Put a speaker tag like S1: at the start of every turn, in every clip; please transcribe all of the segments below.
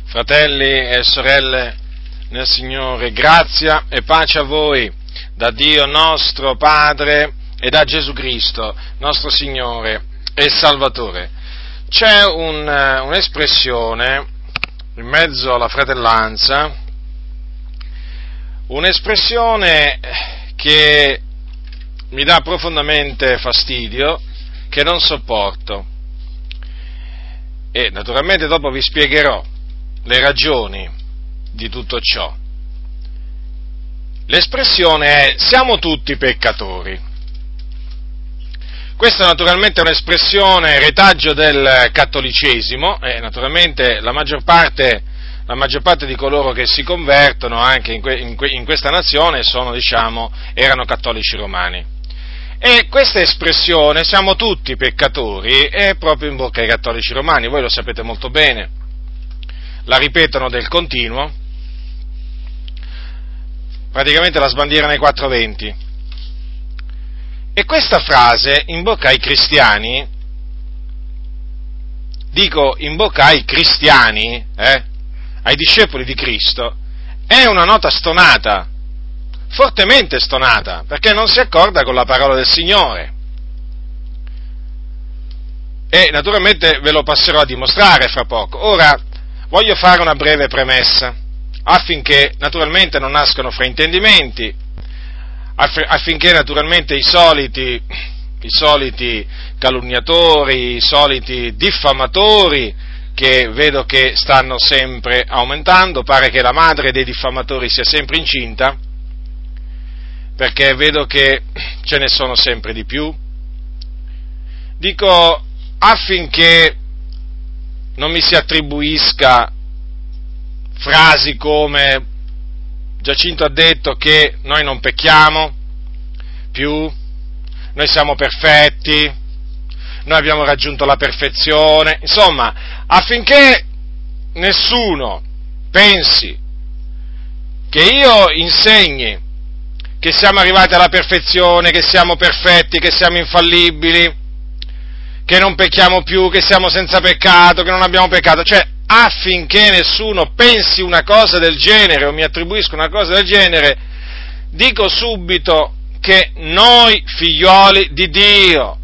S1: Fratelli e sorelle nel Signore, grazia e pace a voi da Dio nostro Padre e da Gesù Cristo, nostro Signore e Salvatore. C'è un'espressione in mezzo alla fratellanza, un'espressione che mi dà profondamente fastidio, che non sopporto, e naturalmente dopo vi spiegherò le ragioni di tutto ciò. L'espressione è: siamo tutti peccatori. Questa naturalmente è un'espressione retaggio del cattolicesimo, e naturalmente la maggior parte di coloro che si convertono anche in questa nazione erano cattolici romani. E questa espressione, siamo tutti peccatori, è proprio in bocca ai cattolici romani, voi lo sapete molto bene, la ripetono del continuo, praticamente la sbandierano ai 420. E questa frase in bocca ai cristiani, dico in bocca ai cristiani, ai discepoli di Cristo, è una nota stonata, fortemente stonata, perché non si accorda con la parola del Signore. E naturalmente ve lo passerò a dimostrare fra poco. Ora, voglio fare una breve premessa, affinché naturalmente non nascano fraintendimenti, affinché naturalmente i soliti calunniatori, i soliti diffamatori, che vedo che stanno sempre aumentando, pare che la madre dei diffamatori sia sempre incinta, perché vedo che ce ne sono sempre di più. Dico, affinché non mi si attribuisca frasi come: Giacinto ha detto che noi non pecchiamo più, noi siamo perfetti, noi abbiamo raggiunto la perfezione, insomma, affinché nessuno pensi che io insegni che siamo arrivati alla perfezione, che siamo perfetti, che siamo infallibili, che non pecchiamo più, che siamo senza peccato, che non abbiamo peccato, cioè affinché nessuno pensi una cosa del genere o mi attribuisca una cosa del genere, dico subito che noi figlioli di Dio,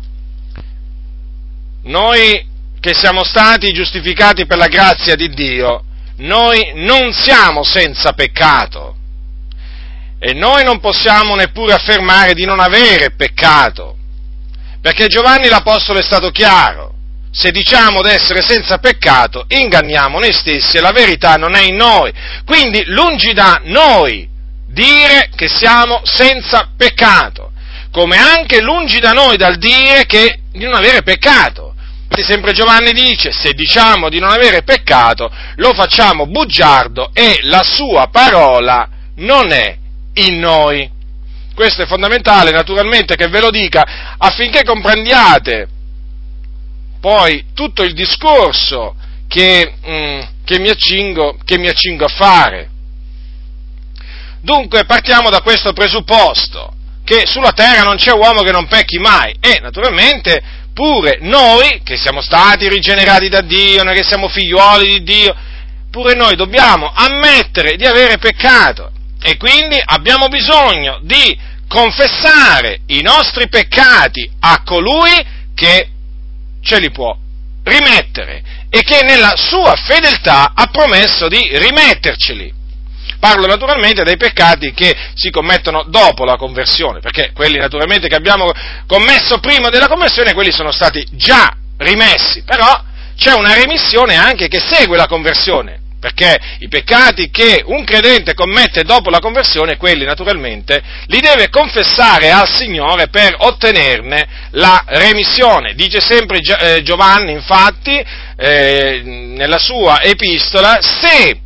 S1: noi che siamo stati giustificati per la grazia di Dio, noi non siamo senza peccato. E noi non possiamo neppure affermare di non avere peccato, perché Giovanni l'Apostolo è stato chiaro: se diciamo d'essere senza peccato, inganniamo noi stessi e la verità non è in noi. Quindi lungi da noi dire che siamo senza peccato, come anche lungi da noi dal dire di non avere peccato. Sempre Giovanni dice: se diciamo di non avere peccato, lo facciamo bugiardo e la sua parola non è in noi. Questo è fondamentale, naturalmente, che ve lo dica, affinché comprendiate poi tutto il discorso che mi accingo a fare. Dunque, partiamo da questo presupposto, che sulla terra non c'è uomo che non pecchi mai, e naturalmente pure noi, che siamo stati rigenerati da Dio, noi che siamo figliuoli di Dio, pure noi dobbiamo ammettere di avere peccato. E quindi abbiamo bisogno di confessare i nostri peccati a colui che ce li può rimettere e che nella sua fedeltà ha promesso di rimetterceli. Parlo naturalmente dei peccati che si commettono dopo la conversione, perché quelli naturalmente che abbiamo commesso prima della conversione, quelli sono stati già rimessi, però c'è una remissione anche che segue la conversione. Perché i peccati che un credente commette dopo la conversione, quelli naturalmente li deve confessare al Signore per ottenerne la remissione. Dice sempre Giovanni, infatti, nella sua epistola: se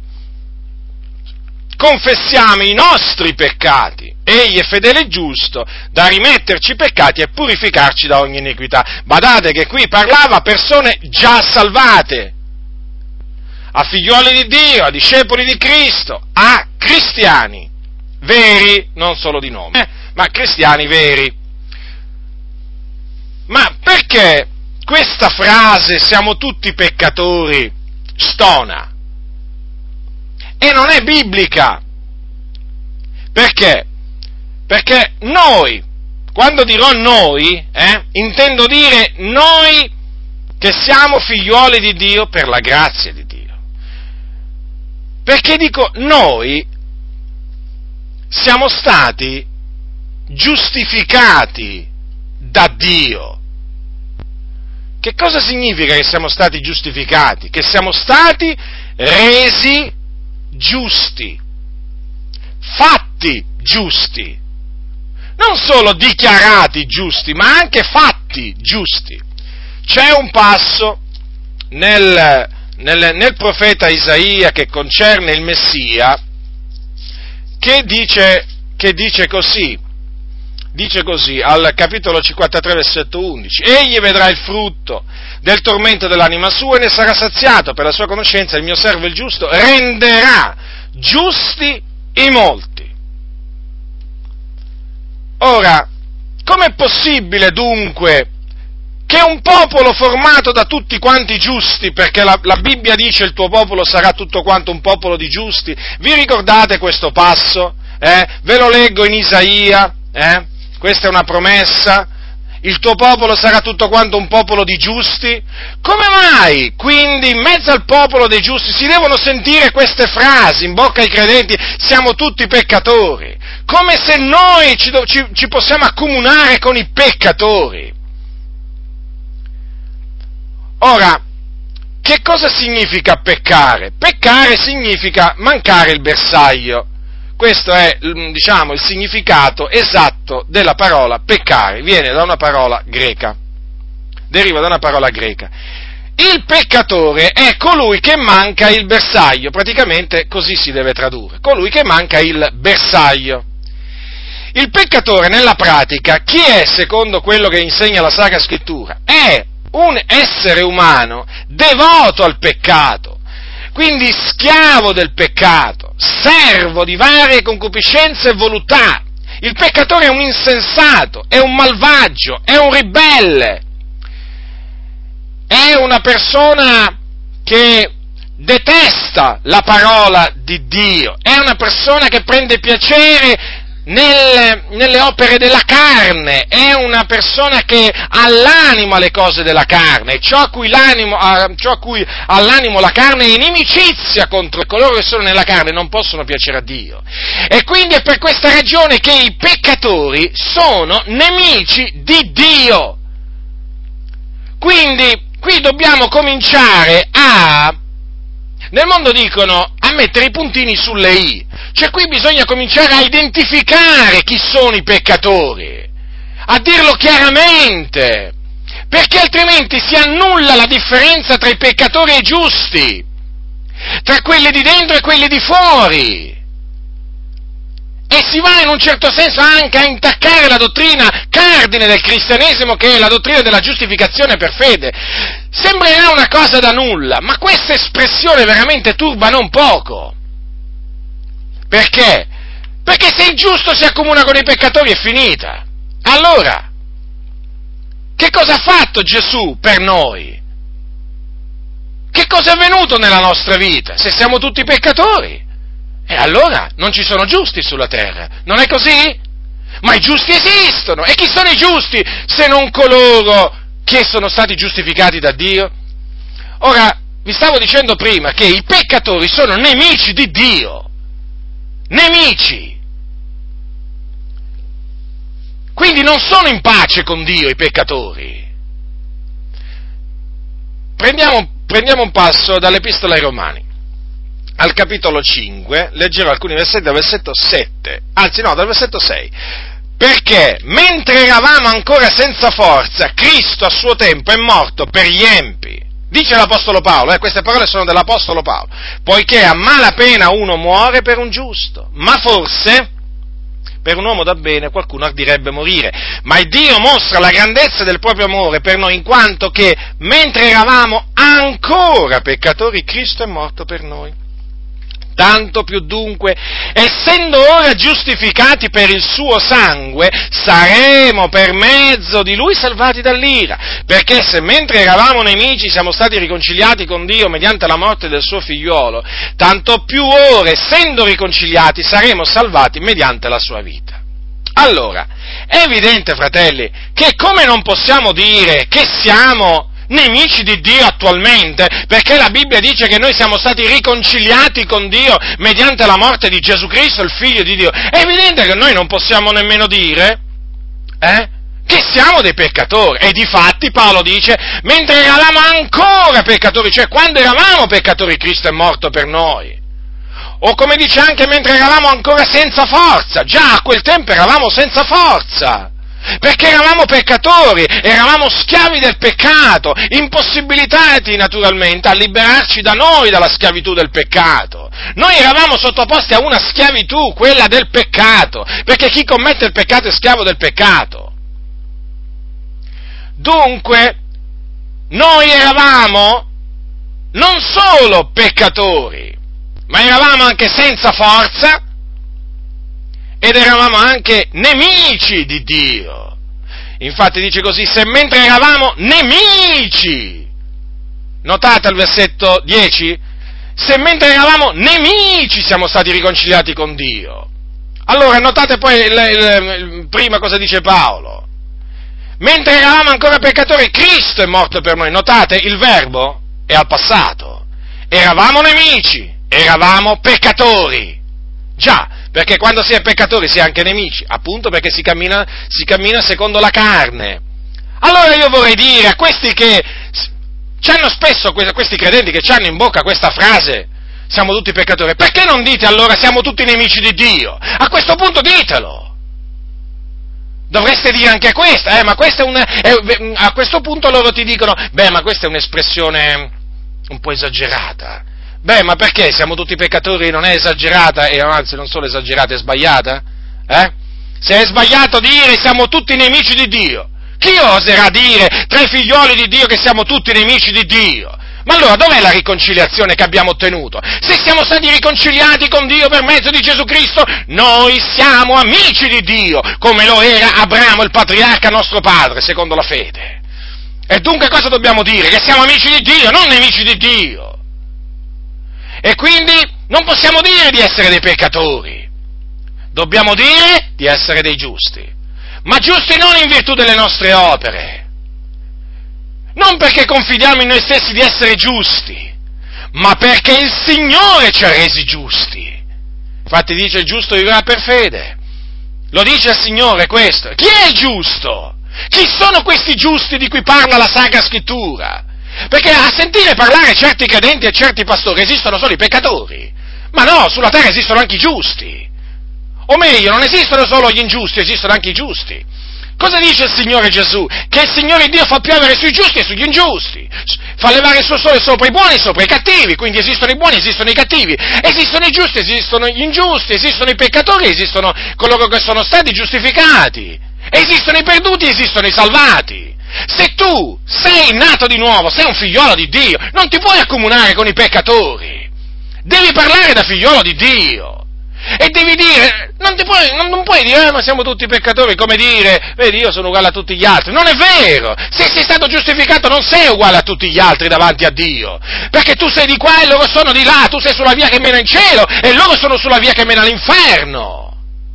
S1: confessiamo i nostri peccati, egli è fedele e giusto da rimetterci i peccati e purificarci da ogni iniquità. Badate che qui parlava a persone già salvate, a figlioli di Dio, a discepoli di Cristo, a cristiani veri, non solo di nome, ma cristiani veri. Ma perché questa frase, siamo tutti peccatori, stona? e non è biblica. Perché? Perché noi, quando dirò noi, intendo dire noi che siamo figliuoli di Dio per la grazia di Dio. Perché dico noi siamo stati giustificati da Dio. Che cosa significa che siamo stati giustificati? Che siamo stati resi giusti, fatti giusti, non solo dichiarati giusti, ma anche fatti giusti. C'è un passo nel profeta Isaia che concerne il Messia che dice così al capitolo 53 versetto 11: egli vedrà il frutto del tormento dell'anima sua e ne sarà saziato, per la sua conoscenza il mio servo il giusto renderà giusti i molti. Ora, com'è possibile dunque che un popolo formato da tutti quanti giusti, perché la Bibbia dice il tuo popolo sarà tutto quanto un popolo di giusti, vi ricordate questo passo? Ve lo leggo in Isaia, questa è una promessa, il tuo popolo sarà tutto quanto un popolo di giusti. Come mai quindi in mezzo al popolo dei giusti si devono sentire queste frasi in bocca ai credenti? Siamo tutti peccatori, come se noi ci possiamo accomunare con i peccatori. Ora, che cosa significa peccare? Peccare significa mancare il bersaglio. Questo è, diciamo, il significato esatto della parola peccare. Viene da una parola greca. Deriva da una parola greca. Il peccatore è colui che manca il bersaglio. Praticamente così si deve tradurre. Colui che manca il bersaglio. Il peccatore nella pratica, chi è secondo quello che insegna la Sacra Scrittura? È un essere umano devoto al peccato, quindi schiavo del peccato, servo di varie concupiscenze e voluttà. Il peccatore è un insensato, è un malvagio, è un ribelle, è una persona che detesta la parola di Dio, è una persona che prende piacere nelle opere della carne, è una persona che ha l'animo alle cose della carne, ciò a cui ha l'animo la carne è inimicizia contro coloro che sono nella carne, non possono piacere a Dio. E quindi è per questa ragione che i peccatori sono nemici di Dio. Quindi qui dobbiamo cominciare nel mondo dicono a mettere i puntini sulle i, cioè qui bisogna cominciare a identificare chi sono i peccatori, a dirlo chiaramente, perché altrimenti si annulla la differenza tra i peccatori e i giusti, tra quelli di dentro e quelli di fuori, e si va in un certo senso anche a intaccare la dottrina cardine del cristianesimo, che è la dottrina della giustificazione per fede. Sembrerà una cosa da nulla, ma questa espressione veramente turba non poco. Perché? Perché se il giusto si accomuna con i peccatori è finita. Allora, che cosa ha fatto Gesù per noi? Che cosa è avvenuto nella nostra vita? Se siamo tutti peccatori, e allora non ci sono giusti sulla terra, non è così? Ma i giusti esistono, e chi sono i giusti se non coloro che sono stati giustificati da Dio? Ora, vi stavo dicendo prima che i peccatori sono nemici di Dio, nemici, quindi non sono in pace con Dio i peccatori. Prendiamo un passo dall'Epistola ai Romani. Al capitolo 5, leggerò alcuni versetti dal versetto 7, dal versetto 6. Perché, mentre eravamo ancora senza forza, Cristo a suo tempo è morto per gli empi. Dice l'Apostolo Paolo, queste parole sono dell'Apostolo Paolo, poiché a malapena uno muore per un giusto, ma forse per un uomo da bene qualcuno ardirebbe morire. Ma il Dio mostra la grandezza del proprio amore per noi, in quanto che, mentre eravamo ancora peccatori, Cristo è morto per noi. Tanto più dunque, essendo ora giustificati per il suo sangue, saremo per mezzo di lui salvati dall'ira. Perché se mentre eravamo nemici siamo stati riconciliati con Dio mediante la morte del suo figliuolo, tanto più ora, essendo riconciliati, saremo salvati mediante la sua vita. Allora, è evidente, fratelli, che come non possiamo dire che siamo nemici di Dio attualmente, perché la Bibbia dice che noi siamo stati riconciliati con Dio mediante la morte di Gesù Cristo, il Figlio di Dio, è evidente che noi non possiamo nemmeno dire, che siamo dei peccatori, e difatti Paolo dice, mentre eravamo ancora peccatori, cioè quando eravamo peccatori Cristo è morto per noi. O come dice anche mentre eravamo ancora senza forza, già a quel tempo eravamo senza forza, perché eravamo peccatori, eravamo schiavi del peccato, impossibilitati naturalmente a liberarci da noi dalla schiavitù del peccato. Noi eravamo sottoposti a una schiavitù, quella del peccato, perché chi commette il peccato è schiavo del peccato. Dunque, noi eravamo non solo peccatori, ma eravamo anche senza forza ed eravamo anche nemici di Dio. Infatti dice così, se mentre eravamo nemici, notate il versetto 10? Se mentre eravamo nemici siamo stati riconciliati con Dio. Allora notate poi prima cosa dice Paolo. Mentre eravamo ancora peccatori, Cristo è morto per noi. Notate, il verbo è al passato. Eravamo nemici, eravamo peccatori. Già, perché quando si è peccatori si è anche nemici, appunto perché si cammina secondo la carne. Allora io vorrei dire a questi che c'hanno spesso, questi credenti che c'hanno in bocca questa frase, siamo tutti peccatori, perché non dite allora siamo tutti nemici di Dio? A questo punto ditelo! Dovreste dire anche questa, ma questa a questo punto loro ti dicono, ma questa è un'espressione un po' esagerata. Ma perché siamo tutti peccatori non è esagerata, e anzi non solo esagerata, è sbagliata? Se è sbagliato dire siamo tutti nemici di Dio, chi oserà dire tra i figlioli di Dio che siamo tutti nemici di Dio? Ma allora dov'è la riconciliazione che abbiamo ottenuto? Se siamo stati riconciliati con Dio per mezzo di Gesù Cristo, noi siamo amici di Dio, come lo era Abramo, il patriarca nostro padre, secondo la fede. E dunque cosa dobbiamo dire? Che siamo amici di Dio, non nemici di Dio. E quindi non possiamo dire di essere dei peccatori, dobbiamo dire di essere dei giusti, ma giusti non in virtù delle nostre opere, non perché confidiamo in noi stessi di essere giusti, ma perché il Signore ci ha resi giusti. Infatti dice il giusto vivrà per fede, lo dice il Signore questo. Chi è il giusto? Chi sono questi giusti di cui parla la Sacra Scrittura? Perché a sentire parlare certi credenti e certi pastori esistono solo i peccatori, ma no, sulla terra esistono anche i giusti, o meglio, non esistono solo gli ingiusti, esistono anche i giusti. Cosa dice il Signore Gesù? Che il Signore Dio fa piovere sui giusti e sugli ingiusti, fa levare il suo sole sopra i buoni e sopra i cattivi, quindi esistono i buoni, esistono i cattivi, esistono i giusti, esistono gli ingiusti, esistono i peccatori, esistono coloro che sono stati giustificati, esistono i perduti, esistono i salvati. Se tu sei nato di nuovo, sei un figliolo di Dio, non ti puoi accomunare con i peccatori, devi parlare da figliolo di Dio, e devi dire, non puoi dire, ma siamo tutti peccatori, come dire, vedi, io sono uguale a tutti gli altri. Non è vero, se sei stato giustificato non sei uguale a tutti gli altri davanti a Dio, perché tu sei di qua e loro sono di là, tu sei sulla via che mena in cielo e loro sono sulla via che mena all'inferno,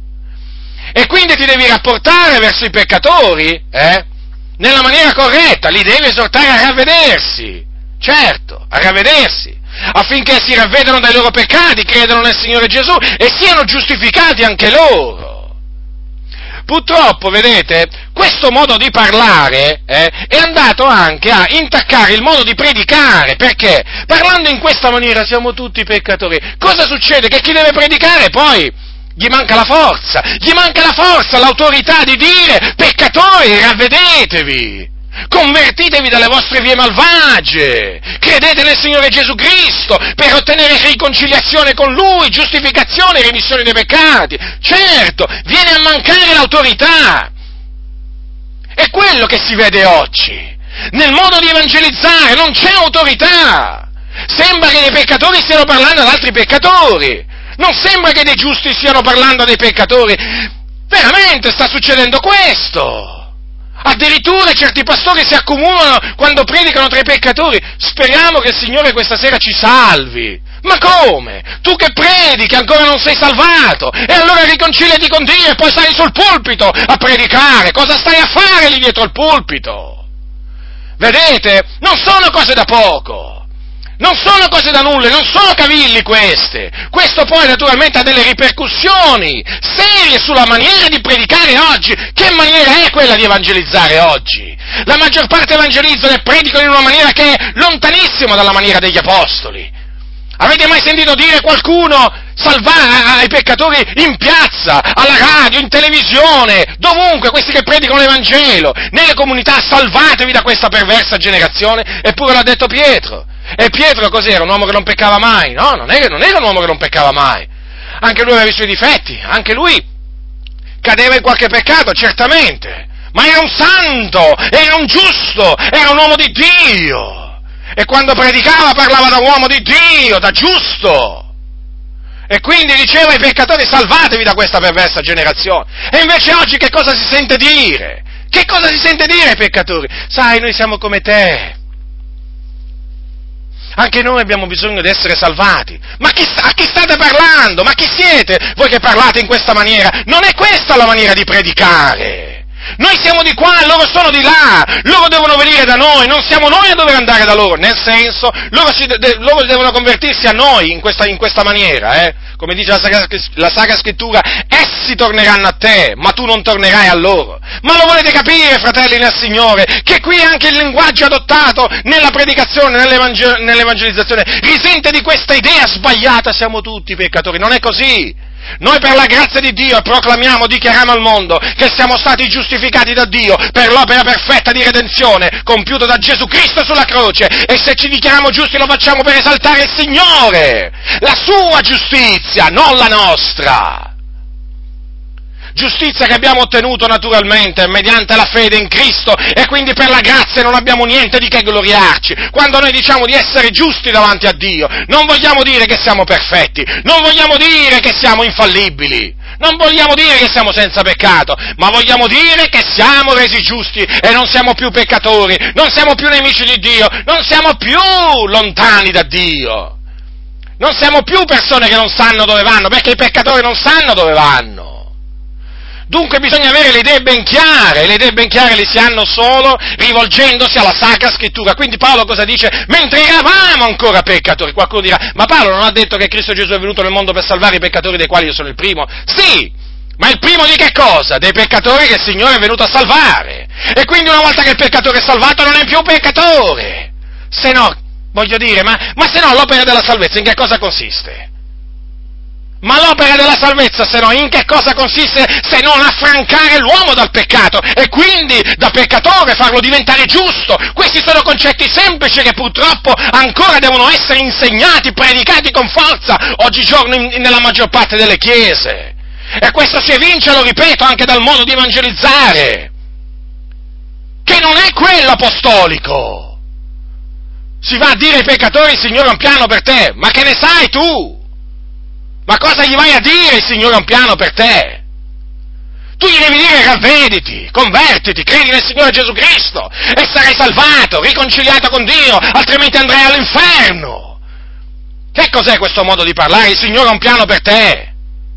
S1: e quindi ti devi rapportare verso i peccatori, nella maniera corretta, li devi esortare a ravvedersi, certo, a ravvedersi, affinché si ravvedano dai loro peccati, credano nel Signore Gesù e siano giustificati anche loro. Purtroppo, vedete, questo modo di parlare è andato anche a intaccare il modo di predicare, perché parlando in questa maniera siamo tutti peccatori, cosa succede? Che chi deve predicare poi gli manca la forza, l'autorità di dire, peccatori, ravvedetevi, convertitevi dalle vostre vie malvagie, credete nel Signore Gesù Cristo per ottenere riconciliazione con Lui, giustificazione e remissione dei peccati. Certo, viene a mancare l'autorità. È quello che si vede oggi. Nel modo di evangelizzare non c'è autorità. Sembra che dei peccatori stiano parlando ad altri peccatori. Non sembra che dei giusti stiano parlando dei peccatori. Veramente sta succedendo questo. Addirittura certi pastori si accomunano quando predicano tra i peccatori. Speriamo che il Signore questa sera ci salvi. Ma come? Tu che predichi ancora non sei salvato, e allora riconciliati con Dio e poi stai sul pulpito a predicare. Cosa stai a fare lì dietro il pulpito? Vedete? Non sono cose da poco. Non sono cose da nulla, non sono cavilli queste. Questo poi naturalmente ha delle ripercussioni serie sulla maniera di predicare oggi. Che maniera è quella di evangelizzare oggi? La maggior parte evangelizzano e predicano in una maniera che è lontanissima dalla maniera degli apostoli. Avete mai sentito dire qualcuno salvare ai peccatori in piazza, alla radio, in televisione, dovunque, questi che predicano l'Evangelo, nelle comunità, salvatevi da questa perversa generazione? Eppure l'ha detto Pietro. E Pietro cos'era? Un uomo che non peccava mai? No, non era un uomo che non peccava mai. Anche lui aveva i suoi difetti, anche lui cadeva in qualche peccato, certamente, ma era un santo, era un giusto, era un uomo di Dio. E quando predicava parlava da uomo di Dio, da giusto. E quindi diceva ai peccatori: salvatevi da questa perversa generazione. E invece oggi che cosa si sente dire? Che cosa si sente dire ai peccatori? Sai, noi siamo come te. Anche noi abbiamo bisogno di essere salvati. Ma a chi state parlando? Ma chi siete voi che parlate in questa maniera? Non è questa la maniera di predicare. Noi siamo di qua, loro sono di là, loro devono venire da noi, non siamo noi a dover andare da loro, nel senso, loro devono convertirsi a noi in questa maniera, come dice la Sacra Scrittura: essi torneranno a te, ma tu non tornerai a loro. Ma lo volete capire, fratelli nel Signore, che qui anche il linguaggio adottato nella predicazione, nell'evangelizzazione, risente di questa idea sbagliata: siamo tutti peccatori. Non è così. Noi per la grazia di Dio proclamiamo, dichiariamo al mondo che siamo stati giustificati da Dio per l'opera perfetta di redenzione compiuta da Gesù Cristo sulla croce, e se ci dichiariamo giusti lo facciamo per esaltare il Signore, la sua giustizia, non la nostra. Giustizia che abbiamo ottenuto naturalmente mediante la fede in Cristo, e quindi per la grazia non abbiamo niente di che gloriarci. Quando noi diciamo di essere giusti davanti a Dio, non vogliamo dire che siamo perfetti, non vogliamo dire che siamo infallibili, non vogliamo dire che siamo senza peccato, ma vogliamo dire che siamo resi giusti e non siamo più peccatori, non siamo più nemici di Dio, non siamo più lontani da Dio, non siamo più persone che non sanno dove vanno, perché i peccatori non sanno dove vanno. Dunque bisogna avere le idee ben chiare, e le idee ben chiare le si hanno solo rivolgendosi alla Sacra Scrittura. Quindi Paolo cosa dice? Mentre eravamo ancora peccatori. Qualcuno dirà: ma Paolo non ha detto che Cristo Gesù è venuto nel mondo per salvare i peccatori, dei quali io sono il primo? Sì, ma il primo di che cosa? Dei peccatori che il Signore è venuto a salvare. E quindi una volta che il peccatore è salvato non è più peccatore. Se no, voglio dire, ma se no l'opera della salvezza in che cosa consiste? Ma l'opera della salvezza, se no, in che cosa consiste se non affrancare l'uomo dal peccato e quindi da peccatore farlo diventare giusto? Questi sono concetti semplici che purtroppo ancora devono essere insegnati, predicati con forza oggigiorno nella maggior parte delle chiese. E questo si evince, lo ripeto, anche dal modo di evangelizzare, che non è quello apostolico. Si va a dire ai peccatori: il Signore ha un piano per te. Ma che ne sai tu? Ma cosa gli vai a dire? Il Signore ha un piano per te. Tu gli devi dire: ravvediti, convertiti, credi nel Signore Gesù Cristo e sarai salvato, riconciliato con Dio, altrimenti andrai all'inferno. Che cos'è questo modo di parlare? Il Signore ha un piano per te.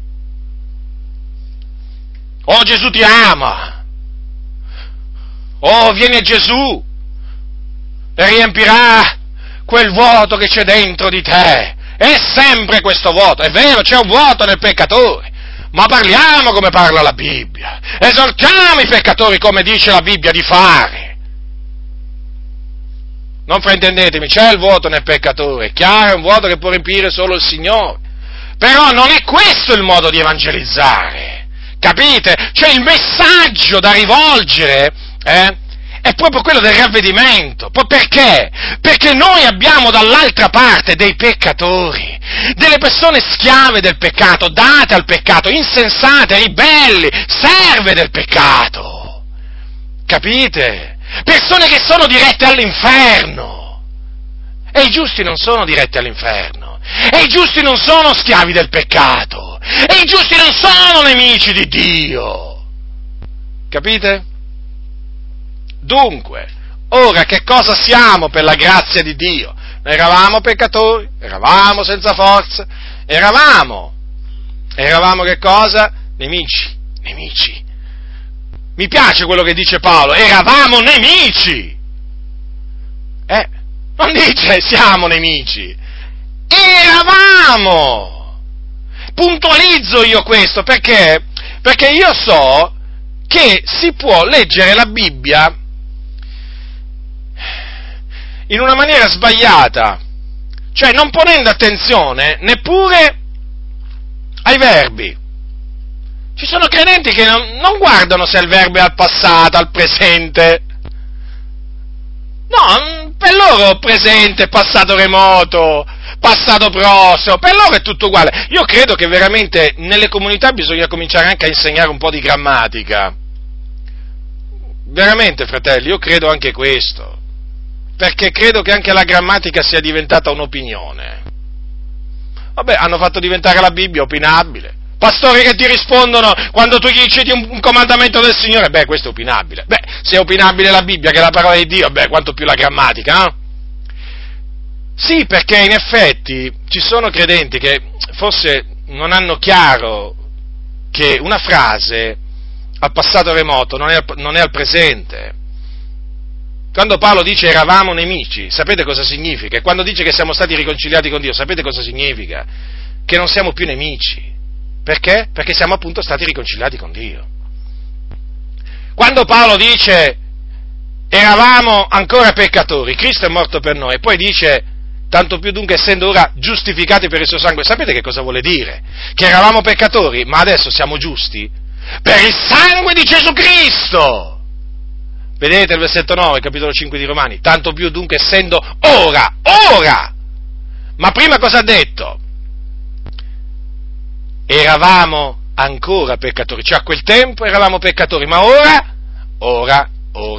S1: Oh, Gesù ti ama. Oh, vieni a Gesù e riempirà quel vuoto che c'è dentro di te. È sempre questo vuoto, è vero, c'è un vuoto nel peccatore, ma parliamo come parla la Bibbia, esortiamo i peccatori come dice la Bibbia di fare. Non fraintendetemi, c'è il vuoto nel peccatore, è chiaro, è un vuoto che può riempire solo il Signore, però non è questo il modo di evangelizzare, capite? Cioè il messaggio da rivolgere, è proprio quello del ravvedimento. Perché? Perché noi abbiamo dall'altra parte dei peccatori, delle persone schiave del peccato, date al peccato, insensate, ribelli, serve del peccato. Capite? Persone che sono dirette all'inferno. E i giusti non sono diretti all'inferno. E i giusti non sono schiavi del peccato. E i giusti non sono nemici di Dio. Capite? Dunque, ora che cosa siamo per la grazia di Dio? Noi eravamo peccatori, eravamo senza forza, eravamo che cosa? Nemici. Mi piace quello che dice Paolo, eravamo nemici. Non dice siamo nemici, eravamo. Puntualizzo io questo perché io so che si può leggere la Bibbia in una maniera sbagliata, cioè non ponendo attenzione neppure ai verbi. Ci sono credenti che non guardano se il verbo è al passato, al presente. No, per loro presente, passato remoto, passato prossimo, per loro è tutto uguale. Io credo che veramente nelle comunità bisogna cominciare anche a insegnare un po' di grammatica. Veramente, fratelli, io credo anche questo, perché credo che anche la grammatica sia diventata un'opinione. Vabbè, hanno fatto diventare la Bibbia opinabile. Pastori che ti rispondono quando tu gli citi un comandamento del Signore, questo è opinabile. Se è opinabile la Bibbia, che è la parola di Dio, quanto più la grammatica, no? Sì, perché in effetti ci sono credenti che forse non hanno chiaro che una frase al passato remoto non è al presente. Quando Paolo dice eravamo nemici, sapete cosa significa? E quando dice che siamo stati riconciliati con Dio, sapete cosa significa? Che non siamo più nemici. Perché? Perché siamo appunto stati riconciliati con Dio. Quando Paolo dice eravamo ancora peccatori, Cristo è morto per noi, e poi dice tanto più dunque essendo ora giustificati per il suo sangue, sapete che cosa vuole dire? Che eravamo peccatori, ma adesso siamo giusti per il sangue di Gesù Cristo. Vedete il versetto 9, capitolo 5 di Romani, tanto più dunque essendo ora, ma prima cosa ha detto? Eravamo ancora peccatori, cioè a quel tempo eravamo peccatori, ma ora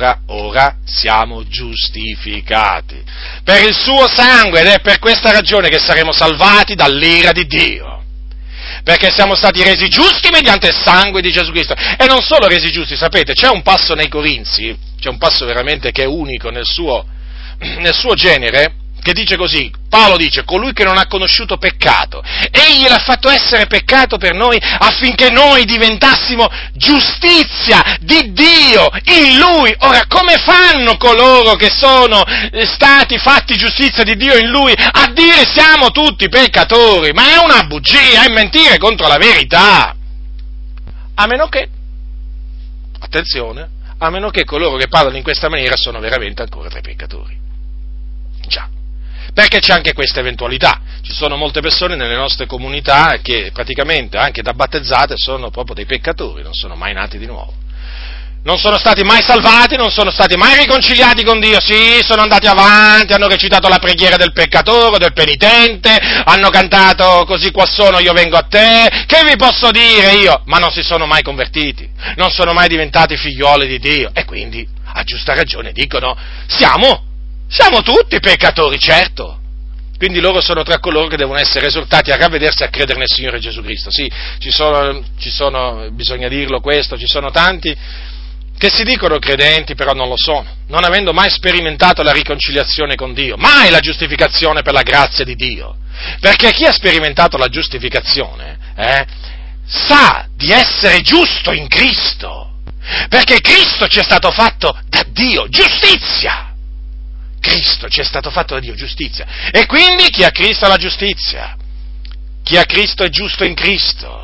S1: siamo giustificati per il suo sangue, ed è per questa ragione che saremo salvati dall'ira di Dio, perché siamo stati resi giusti mediante il sangue di Gesù Cristo. E non solo resi giusti, sapete, c'è un passo nei Corinzi, c'è un passo veramente che è unico nel suo genere, che dice così, Paolo dice, colui che non ha conosciuto peccato, egli l'ha fatto essere peccato per noi affinché noi diventassimo giustizia di Dio in Lui. Ora, come fanno coloro che sono stati fatti giustizia di Dio in Lui a dire siamo tutti peccatori? Ma è una bugia, è mentire contro la verità. A meno che, attenzione, a meno che coloro che parlano in questa maniera sono veramente ancora tra i peccatori. Già. Perché c'è anche questa eventualità, ci sono molte persone nelle nostre comunità che praticamente anche da battezzate sono proprio dei peccatori, non sono mai nati di nuovo, non sono stati mai salvati, non sono stati mai riconciliati con Dio, sì, sono andati avanti, hanno recitato la preghiera del peccatore, del penitente, hanno cantato così qua sono, io vengo a te, che vi posso dire io? Ma non si sono mai convertiti, non sono mai diventati figlioli di Dio, e quindi a giusta ragione dicono, siamo tutti peccatori, certo. Quindi loro sono tra coloro che devono essere esortati a ravvedersi e a credere nel Signore Gesù Cristo. Sì, ci sono, bisogna dirlo questo, ci sono tanti che si dicono credenti, però non lo sono, non avendo mai sperimentato la riconciliazione con Dio, mai la giustificazione per la grazia di Dio. Perché chi ha sperimentato la giustificazione, sa di essere giusto in Cristo, perché Cristo ci è stato fatto da Dio, giustizia. Cristo ci è stato fatto da Dio, giustizia. E quindi chi ha Cristo ha la giustizia. Chi ha Cristo è giusto in Cristo.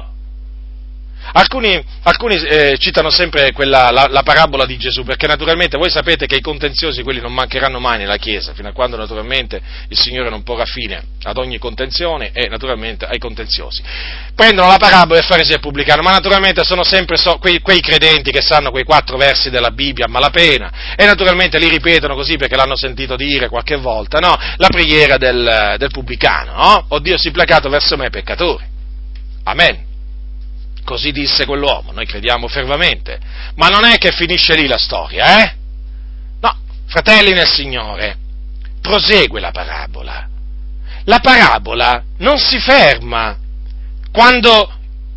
S1: Alcuni citano sempre la parabola di Gesù, perché naturalmente voi sapete che i contenziosi, quelli non mancheranno mai nella Chiesa, fino a quando naturalmente il Signore non porrà fine ad ogni contenzione e naturalmente ai contenziosi. Prendono la parabola del fariseo e pubblicano, ma naturalmente sono sempre quei credenti che sanno quei 4 versi della Bibbia a malapena, e naturalmente li ripetono così perché l'hanno sentito dire qualche volta, no? La preghiera del pubblicano, no? O Dio sii placato verso me peccatore. Amen. Così disse quell'uomo, noi crediamo fermamente, ma non è che finisce lì la storia, No, fratelli nel Signore, prosegue la parabola. La parabola non si ferma quando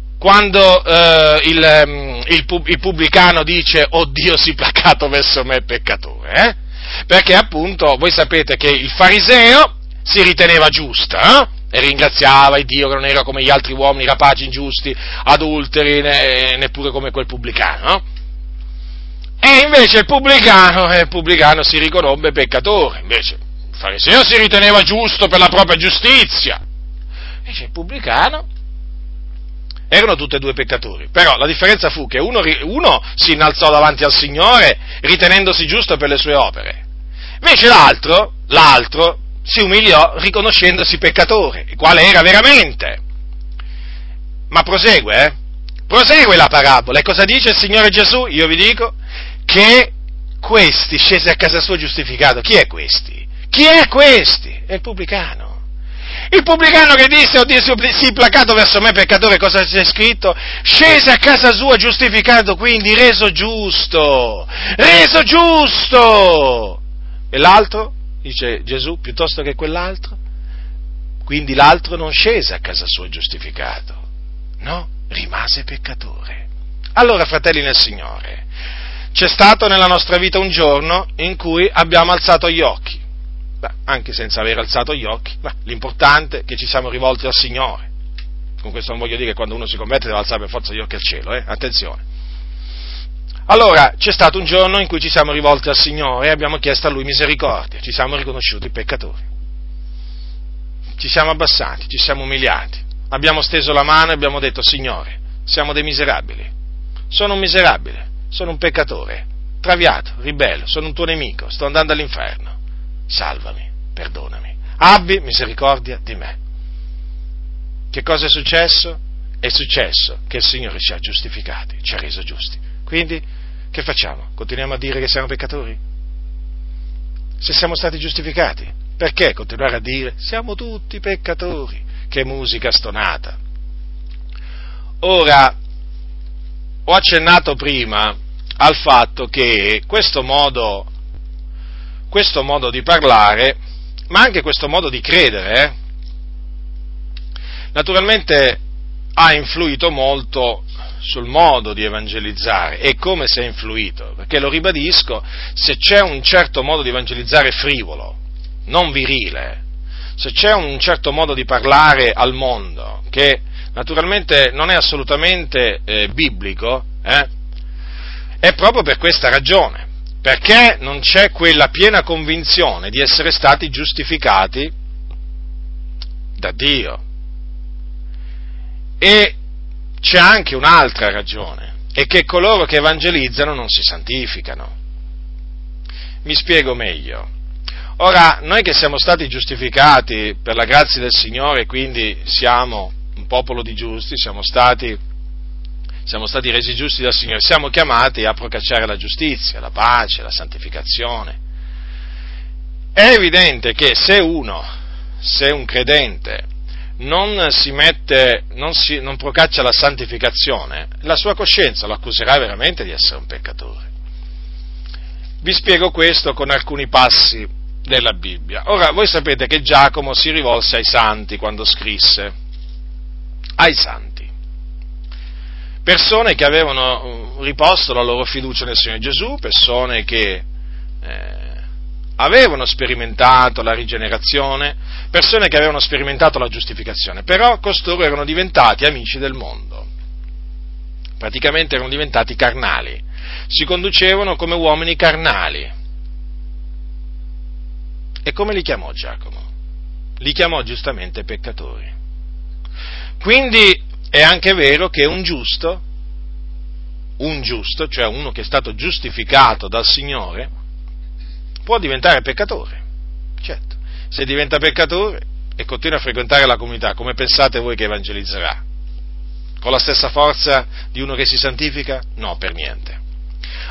S1: il pubblicano dice «Oh Dio, sii placato verso me peccatore», perché appunto voi sapete che il fariseo si riteneva giusto, e ringraziava il Dio che non era come gli altri uomini rapaci, ingiusti, adulteri, neppure come quel pubblicano, e invece il pubblicano si riconobbe peccatore. Invece il fariseo si riteneva giusto per la propria giustizia, invece il pubblicano erano tutti e due peccatori. Però la differenza fu che uno si innalzò davanti al Signore ritenendosi giusto per le sue opere, invece l'altro si umiliò riconoscendosi peccatore, il quale era veramente. Ma prosegue la parabola, e cosa dice il Signore Gesù? Io vi dico che questi scese a casa sua giustificato. Chi è questi? È il pubblicano. Il pubblicano che disse: «Oh Dio, sii placato verso me peccatore», cosa c'è scritto? Scese a casa sua giustificato, quindi reso giusto! E l'altro? Dice Gesù, piuttosto che quell'altro? Quindi l'altro non scese a casa sua giustificato, no, rimase peccatore. Allora, fratelli nel Signore, c'è stato nella nostra vita un giorno in cui abbiamo alzato gli occhi, anche senza aver alzato gli occhi, l'importante è che ci siamo rivolti al Signore. Con questo non voglio dire che quando uno si converte deve alzare per forza gli occhi al cielo, attenzione. Allora, c'è stato un giorno in cui ci siamo rivolti al Signore e abbiamo chiesto a Lui misericordia, ci siamo riconosciuti peccatori, ci siamo abbassati, ci siamo umiliati, abbiamo steso la mano e abbiamo detto: Signore, siamo dei miserabili, sono un miserabile, sono un peccatore, traviato, ribello, sono un tuo nemico, sto andando all'inferno, salvami, perdonami, abbi misericordia di me. Che cosa è successo? È successo che il Signore ci ha giustificati, ci ha reso giusti. Quindi, che facciamo? Continuiamo a dire che siamo peccatori? Se siamo stati giustificati, perché continuare a dire siamo tutti peccatori? Che musica stonata! Ora, ho accennato prima al fatto che questo modo di parlare, ma anche questo modo di credere, naturalmente ha influito molto sul modo di evangelizzare. E come se è influito? Perché, lo ribadisco, se c'è un certo modo di evangelizzare frivolo, non virile, se c'è un certo modo di parlare al mondo che naturalmente non è assolutamente biblico, è proprio per questa ragione, perché non c'è quella piena convinzione di essere stati giustificati da Dio. E c'è anche un'altra ragione, è che coloro che evangelizzano non si santificano. Mi spiego meglio. Ora, noi che siamo stati giustificati per la grazia del Signore, quindi siamo un popolo di giusti, siamo stati resi giusti dal Signore, siamo chiamati a procacciare la giustizia, la pace, la santificazione. È evidente che se un credente non procaccia la santificazione, la sua coscienza lo accuserà veramente di essere un peccatore. Vi spiego questo con alcuni passi della Bibbia. Ora, voi sapete che Giacomo si rivolse ai santi quando scrisse, ai santi, persone che avevano riposto la loro fiducia nel Signore Gesù, persone che avevano sperimentato la rigenerazione, persone che avevano sperimentato la giustificazione, però costoro erano diventati amici del mondo, praticamente erano diventati carnali, si conducevano come uomini carnali. E come li chiamò Giacomo? Li chiamò giustamente peccatori. Quindi è anche vero che un giusto, cioè uno che è stato giustificato dal Signore, può diventare peccatore. Certo, se diventa peccatore e continua a frequentare la comunità, come pensate voi che evangelizzerà? Con la stessa forza di uno che si santifica? No, per niente.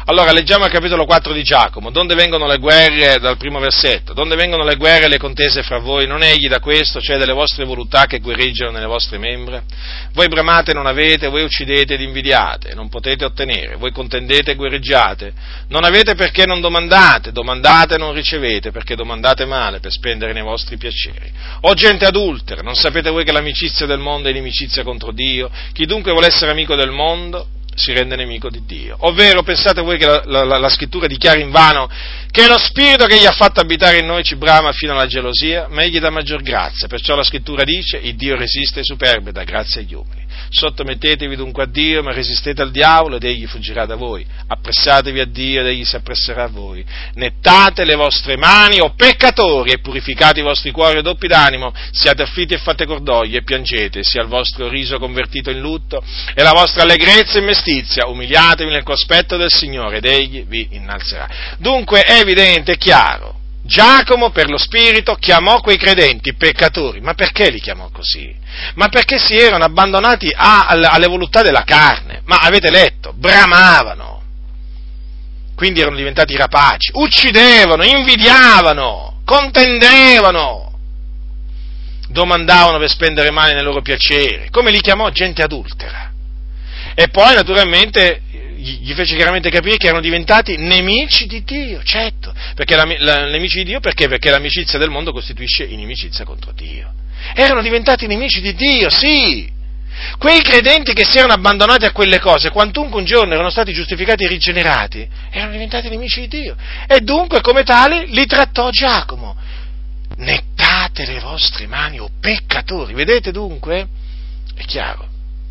S1: Allora, leggiamo il capitolo 4 di Giacomo, donde vengono le guerre, dal primo versetto, donde vengono le guerre e le contese fra voi, non egli da questo, cioè delle vostre voluttà che guerreggiano nelle vostre membra? Voi bramate e non avete, voi uccidete ed invidiate, non potete ottenere, voi contendete e guerreggiate, non avete perché non domandate, domandate e non ricevete, perché domandate male per spendere nei vostri piaceri. O gente adultera, non sapete voi che l'amicizia del mondo è inimicizia contro Dio? Chi dunque vuole essere amico del mondo si rende nemico di Dio. Ovvero, pensate voi che la scrittura dichiara invano che lo spirito che gli ha fatto abitare in noi ci brama fino alla gelosia, ma egli dà maggior grazia, perciò la scrittura dice: il Dio resiste ai superbi e dà grazia agli umili. Sottomettetevi dunque a Dio, ma resistete al diavolo ed egli fuggirà da voi. Appressatevi a Dio ed egli si appresserà a voi. Nettate le vostre mani, o peccatori, e purificate i vostri cuori, o doppi d'animo, siate afflitti e fate cordoglio e piangete, sia il vostro riso convertito in lutto e la vostra allegrezza in mestizia. Umiliatevi nel cospetto del Signore ed egli vi innalzerà. Dunque è evidente, è chiaro. Giacomo per lo Spirito chiamò quei credenti peccatori, ma perché li chiamò così? Ma perché si erano abbandonati alle volontà della carne, ma avete letto, bramavano, quindi erano diventati rapaci, uccidevano, invidiavano, contendevano, domandavano per spendere male nei loro piaceri, come li chiamò gente adultera. E poi naturalmente gli fece chiaramente capire che erano diventati nemici di Dio, certo, perché nemici di Dio perché? Perché l'amicizia del mondo costituisce inimicizia contro Dio. Erano diventati nemici di Dio, sì! Quei credenti che si erano abbandonati a quelle cose, quantunque un giorno erano stati giustificati e rigenerati, erano diventati nemici di Dio. E dunque, come tali, li trattò Giacomo. Nettate le vostre mani, o peccatori, vedete dunque? È chiaro.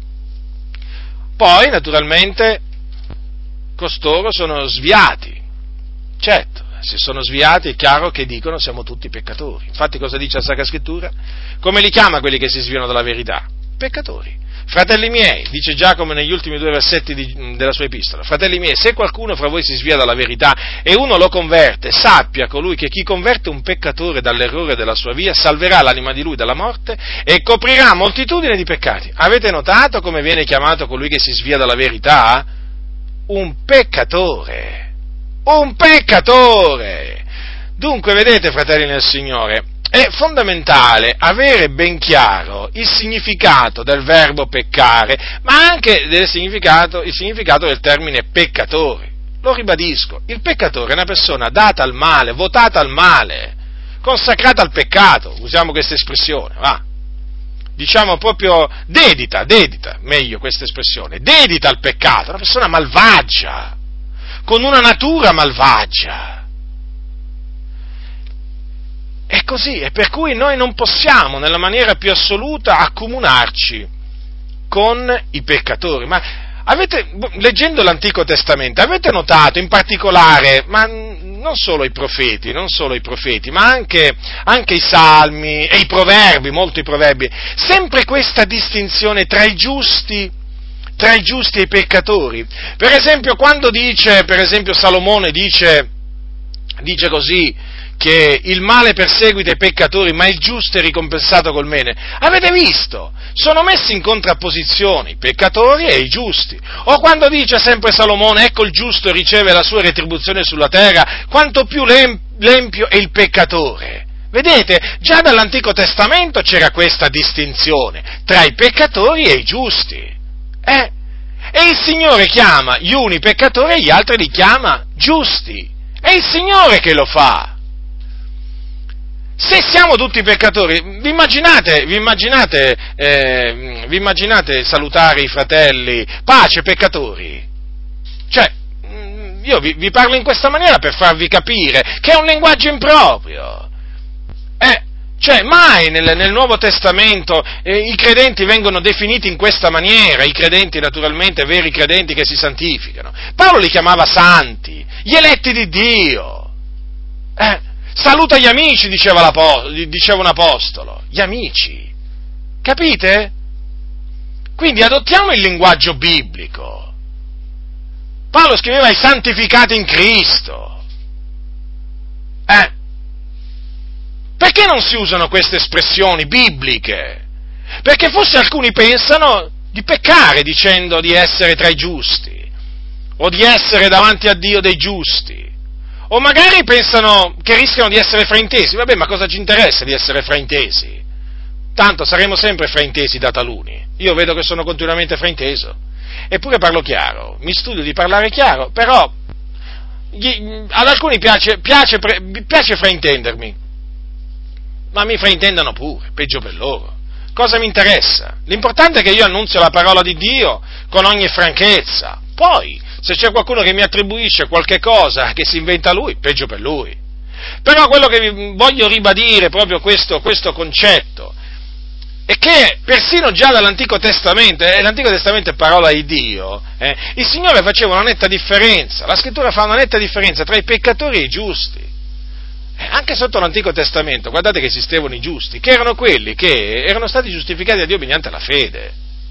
S1: Poi, naturalmente, costoro sono sviati, certo, se sono sviati è chiaro che dicono siamo tutti peccatori. Infatti cosa dice la Sacra Scrittura? Come li chiama quelli che si sviano dalla verità? Peccatori. Fratelli miei, dice Giacomo negli ultimi 2 versetti della sua epistola, fratelli miei, se qualcuno fra voi si svia dalla verità e uno lo converte, sappia colui che chi converte un peccatore dall'errore della sua via salverà l'anima di lui dalla morte e coprirà moltitudine di peccati. Avete notato come viene chiamato colui che si svia dalla verità? Un peccatore! Un peccatore! Dunque, vedete, fratelli nel Signore, è fondamentale avere ben chiaro il significato del verbo peccare, ma anche il significato del termine peccatore. Lo ribadisco, il peccatore è una persona data al male, votata al male, consacrata al peccato, usiamo questa espressione, va? Diciamo proprio dedita, meglio questa espressione, dedita al peccato, una persona malvagia, con una natura malvagia. È così, e per cui noi non possiamo nella maniera più assoluta accomunarci con i peccatori. Ma leggendo l'Antico Testamento, avete notato in particolare, ma non solo i profeti, ma anche i salmi e i proverbi, molti proverbi, sempre questa distinzione tra i giusti e i peccatori. Per esempio, quando Salomone dice così, che il male perseguita i peccatori, ma il giusto è ricompensato col bene. Avete visto? Sono messi in contrapposizione i peccatori e i giusti. O quando dice sempre Salomone, ecco il giusto riceve la sua retribuzione sulla terra, quanto più l'empio è il peccatore. Vedete? Già dall'Antico Testamento c'era questa distinzione tra i peccatori e i giusti. E il Signore chiama gli uni peccatori e gli altri li chiama giusti. È il Signore che lo fa. Se siamo tutti peccatori, vi immaginate salutare i fratelli, pace peccatori? Cioè, io vi parlo in questa maniera per farvi capire che è un linguaggio improprio. Cioè, mai nel Nuovo Testamento i credenti vengono definiti in questa maniera, i credenti naturalmente, veri credenti che si santificano. Paolo li chiamava santi, gli eletti di Dio. Saluta gli amici, diceva un apostolo, gli amici, capite? Quindi adottiamo il linguaggio biblico. Paolo scriveva ai santificati in Cristo. Perché non si usano queste espressioni bibliche? Perché forse alcuni pensano di peccare dicendo di essere tra i giusti, o di essere davanti a Dio dei giusti, o magari pensano che rischiano di essere fraintesi. Vabbè, ma cosa ci interessa di essere fraintesi? Tanto saremo sempre fraintesi da taluni. Io vedo che sono continuamente frainteso, eppure parlo chiaro, mi studio di parlare chiaro, però ad alcuni piace fraintendermi, ma mi fraintendano pure, peggio per loro. Cosa mi interessa? L'importante è che io annunzio la parola di Dio con ogni franchezza. Poi, se c'è qualcuno che mi attribuisce qualche cosa che si inventa lui, peggio per lui. Però quello che vi voglio ribadire, proprio questo concetto, è che persino già dall'Antico Testamento, e l'Antico Testamento è parola di Dio, il Signore faceva una netta differenza, la Scrittura fa una netta differenza tra i peccatori e i giusti. Anche sotto l'Antico Testamento, guardate che esistevano i giusti, che erano quelli che erano stati giustificati da Dio mediante la fede.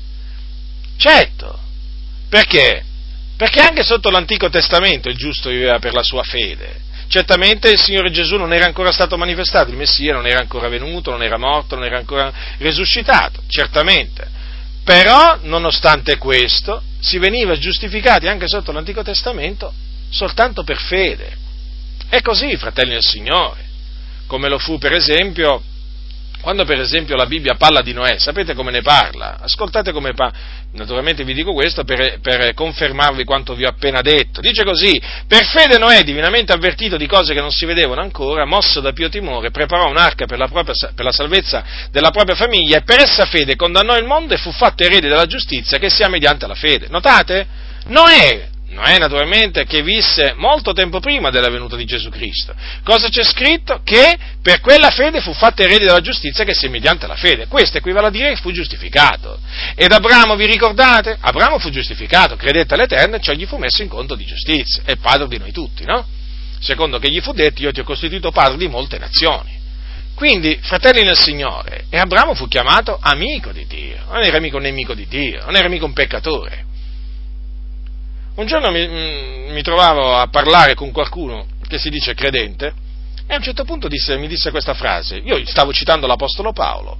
S1: Certo, perché? Perché anche sotto l'Antico Testamento il giusto viveva per la sua fede. Certamente il Signore Gesù non era ancora stato manifestato, il Messia non era ancora venuto, non era morto, non era ancora risuscitato, certamente. Però, nonostante questo, si veniva giustificati anche sotto l'Antico Testamento soltanto per fede. È così, fratelli del Signore, come lo fu per esempio, quando per esempio la Bibbia parla di Noè, sapete come ne parla? Ascoltate come parla, naturalmente vi dico questo per confermarvi quanto vi ho appena detto. Dice così: per fede Noè, divinamente avvertito di cose che non si vedevano ancora, mosso da pio timore, preparò un'arca per la salvezza della propria famiglia, e per essa fede condannò il mondo e fu fatto erede della giustizia che sia mediante la fede. Notate? Noè naturalmente che visse molto tempo prima della venuta di Gesù Cristo. Cosa c'è scritto? Che per quella fede fu fatto erede della giustizia che sia mediante la fede. Questo equivale a dire che fu giustificato. Ed Abramo, vi ricordate? Abramo fu giustificato, credette all'Eterno e ciò gli fu messo in conto di giustizia. È il padre di noi tutti, no? Secondo che gli fu detto: io ti ho costituito padre di molte nazioni. Quindi, fratelli nel Signore, e Abramo fu chiamato amico di Dio. Non era mica un nemico di Dio, non era mica un peccatore. Un giorno mi trovavo a parlare con qualcuno che si dice credente, e a un certo punto mi disse questa frase. Io gli stavo citando l'Apostolo Paolo.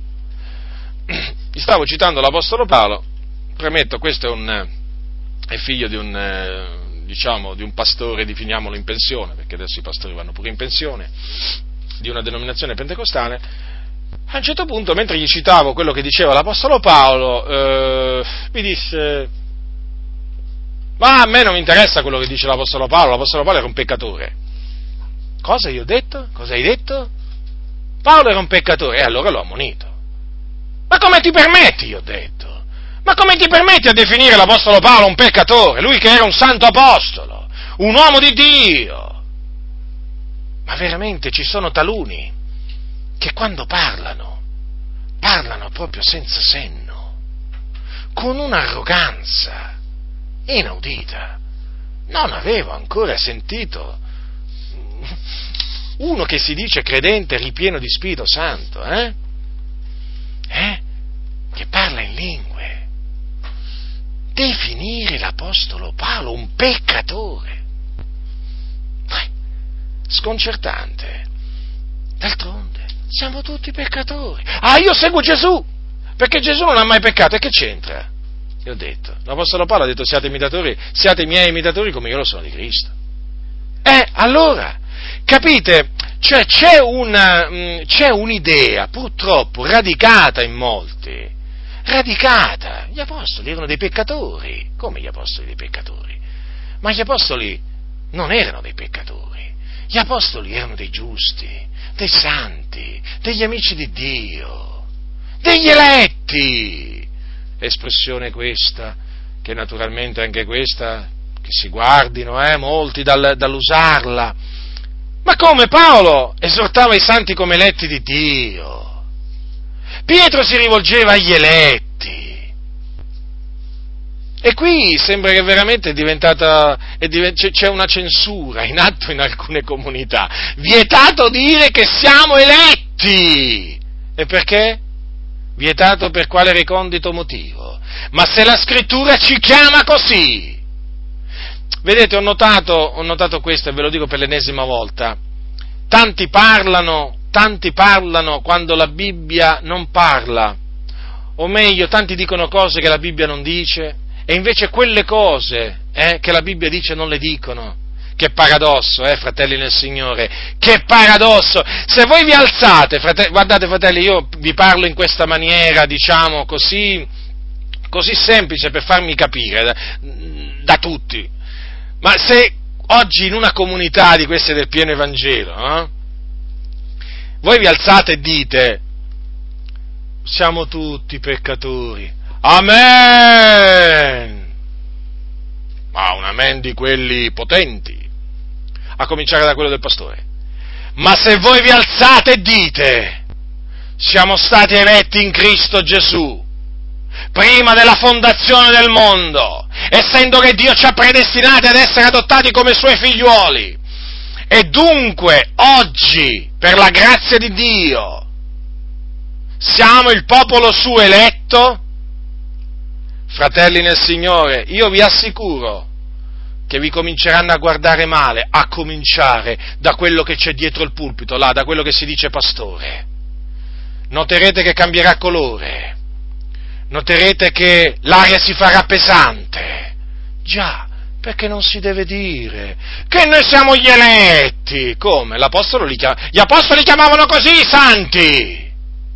S1: Premetto, questo è figlio di un pastore, definiamolo in pensione, perché adesso i pastori vanno pure in pensione, di una denominazione pentecostale. A un certo punto, mentre gli citavo quello che diceva l'Apostolo Paolo, mi disse: ma a me non mi interessa quello che dice l'Apostolo Paolo era un peccatore. Cosa gli ho detto? Cosa hai detto? Paolo era un peccatore, e allora l'ho ammonito. Ma come ti permetti, gli ho detto? Ma come ti permetti a definire l'Apostolo Paolo un peccatore? Lui che era un santo apostolo, un uomo di Dio. Ma veramente ci sono taluni che quando parlano proprio senza senno, con un'arroganza inaudita. Non avevo ancora sentito uno che si dice credente ripieno di Spirito Santo, che parla in lingue, definire l'Apostolo Paolo un peccatore. Sconcertante. D'altronde siamo tutti peccatori. Io seguo Gesù, perché Gesù non ha mai peccato, e che c'entra? Io ho detto, l'Apostolo Paolo ha detto: siate miei imitatori come io lo sono di Cristo. Allora, capite? Cioè c'è un'idea purtroppo radicata in molti, gli apostoli erano dei peccatori. Come gli apostoli dei peccatori? Ma gli apostoli non erano dei peccatori, gli apostoli erano dei giusti, dei santi, degli amici di Dio, degli eletti. Espressione questa, che naturalmente anche questa, che si guardino molti dall'usarla. Ma come Paolo esortava i santi come eletti di Dio? Pietro si rivolgeva agli eletti. E qui sembra che veramente c'è una censura in atto in alcune comunità. Vietato dire che siamo eletti. E perché? Vietato per quale recondito motivo? Ma se la Scrittura ci chiama così! Vedete, ho notato questo, e ve lo dico per l'ennesima volta: tanti parlano quando la Bibbia non parla, o meglio, tanti dicono cose che la Bibbia non dice, e invece quelle cose che la Bibbia dice non le dicono. Che paradosso, fratelli nel Signore, che paradosso! Se voi vi alzate, guardate fratelli, io vi parlo in questa maniera, diciamo, così semplice per farmi capire da tutti, ma se oggi in una comunità di queste del pieno Evangelo, voi vi alzate e dite, siamo tutti peccatori, amen, ma un amen di quelli potenti, a cominciare da quello del pastore. Ma se voi vi alzate e dite, siamo stati eletti in Cristo Gesù, prima della fondazione del mondo, essendo che Dio ci ha predestinati ad essere adottati come Suoi figliuoli, e dunque oggi, per la grazia di Dio, siamo il popolo Suo eletto, fratelli nel Signore, io vi assicuro che vi cominceranno a guardare male, a cominciare da quello che c'è dietro il pulpito, là, da quello che si dice pastore. Noterete che cambierà colore, noterete che l'aria si farà pesante. Già, perché non si deve dire che noi siamo gli eletti. Come? Gli apostoli chiamavano così i santi.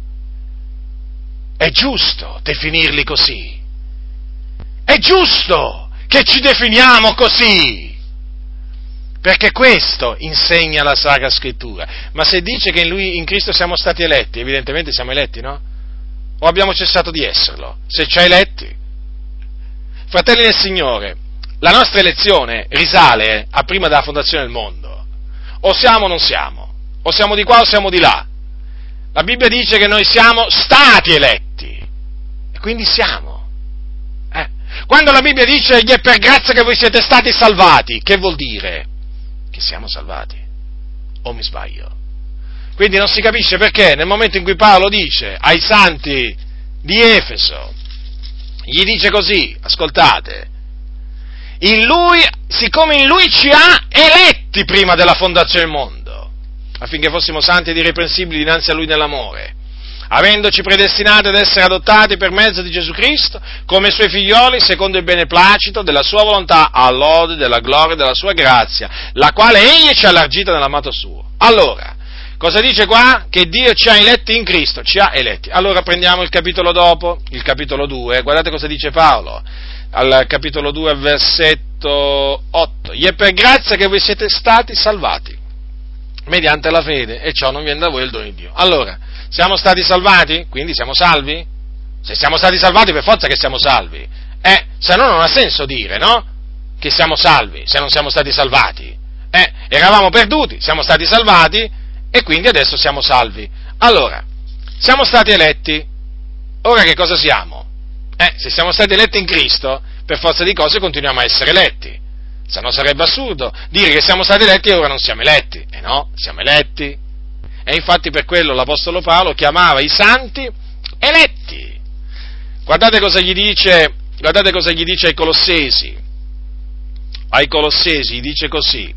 S1: È giusto definirli così. È giusto che ci definiamo così, perché questo insegna la Sacra Scrittura. Ma se dice che in Cristo siamo stati eletti, evidentemente siamo eletti, no? O abbiamo cessato di esserlo? Se ci ha eletti. Fratelli del Signore, la nostra elezione risale a prima della fondazione del mondo. O siamo o non siamo, o siamo di qua o siamo di là. La Bibbia dice che noi siamo stati eletti, e quindi siamo. Quando la Bibbia dice che è per grazia che voi siete stati salvati, che vuol dire? Che siamo salvati. O mi sbaglio? Quindi non si capisce perché nel momento in cui Paolo dice ai santi di Efeso, gli dice così, ascoltate, siccome in Lui ci ha eletti prima della fondazione del mondo, affinché fossimo santi ed irreprensibili dinanzi a Lui nell'amore, avendoci predestinati ad essere adottati per mezzo di Gesù Cristo come Suoi figlioli secondo il beneplacito della Sua volontà, all'ode della gloria della Sua grazia, la quale Egli ci ha allargita nell'amato Suo. Allora, cosa dice qua? Che Dio ci ha eletti in Cristo, ci ha eletti. Allora prendiamo il capitolo dopo, il capitolo 2, guardate cosa dice Paolo, al capitolo 2, versetto 8. Gli è per grazia che voi siete stati salvati, mediante la fede, e ciò non viene da voi, il dono di Dio. Allora, siamo stati salvati? Quindi siamo salvi? Se siamo stati salvati, per forza che siamo salvi. Se no non ha senso dire, no? Che siamo salvi, se non siamo stati salvati. Eravamo perduti, siamo stati salvati, e quindi adesso siamo salvi. Allora, siamo stati eletti, ora che cosa siamo? Se siamo stati eletti in Cristo, per forza di cose continuiamo a essere eletti. Se no sarebbe assurdo dire che siamo stati eletti e ora non siamo eletti. No, siamo eletti. E infatti per quello l'Apostolo Paolo chiamava i santi eletti. Guardate cosa gli dice ai Colossesi. Ai Colossesi gli dice così,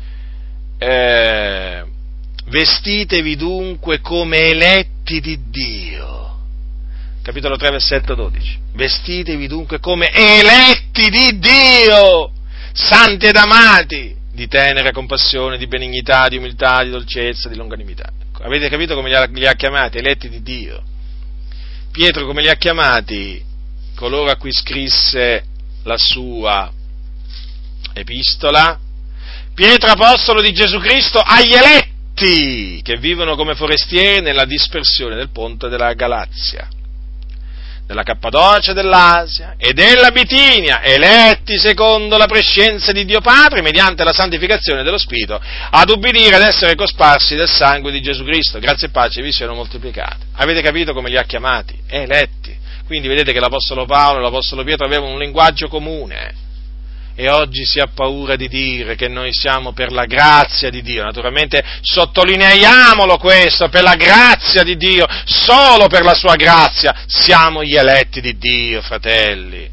S1: vestitevi dunque come eletti di Dio. Capitolo 3, versetto 12. Vestitevi dunque come eletti di Dio, santi ed amati, di tenera compassione, di benignità, di umiltà, di dolcezza, di longanimità. Avete capito come li ha chiamati? Eletti di Dio. Pietro come li ha chiamati? Coloro a cui scrisse la sua epistola? Pietro, apostolo di Gesù Cristo, agli eletti che vivono come forestieri nella dispersione del ponte della Galazia, della Cappadocia, dell'Asia e della Bitinia, eletti secondo la prescienza di Dio Padre, mediante la santificazione dello Spirito, ad ubbidire ad essere cosparsi del sangue di Gesù Cristo. Grazie e pace vi siano moltiplicate. Avete capito come li ha chiamati? Eletti. Quindi vedete che l'Apostolo Paolo e l'Apostolo Pietro avevano un linguaggio comune. E oggi si ha paura di dire che noi siamo per la grazia di Dio. Naturalmente sottolineiamolo questo, per la grazia di Dio, solo per la sua grazia siamo gli eletti di Dio, fratelli.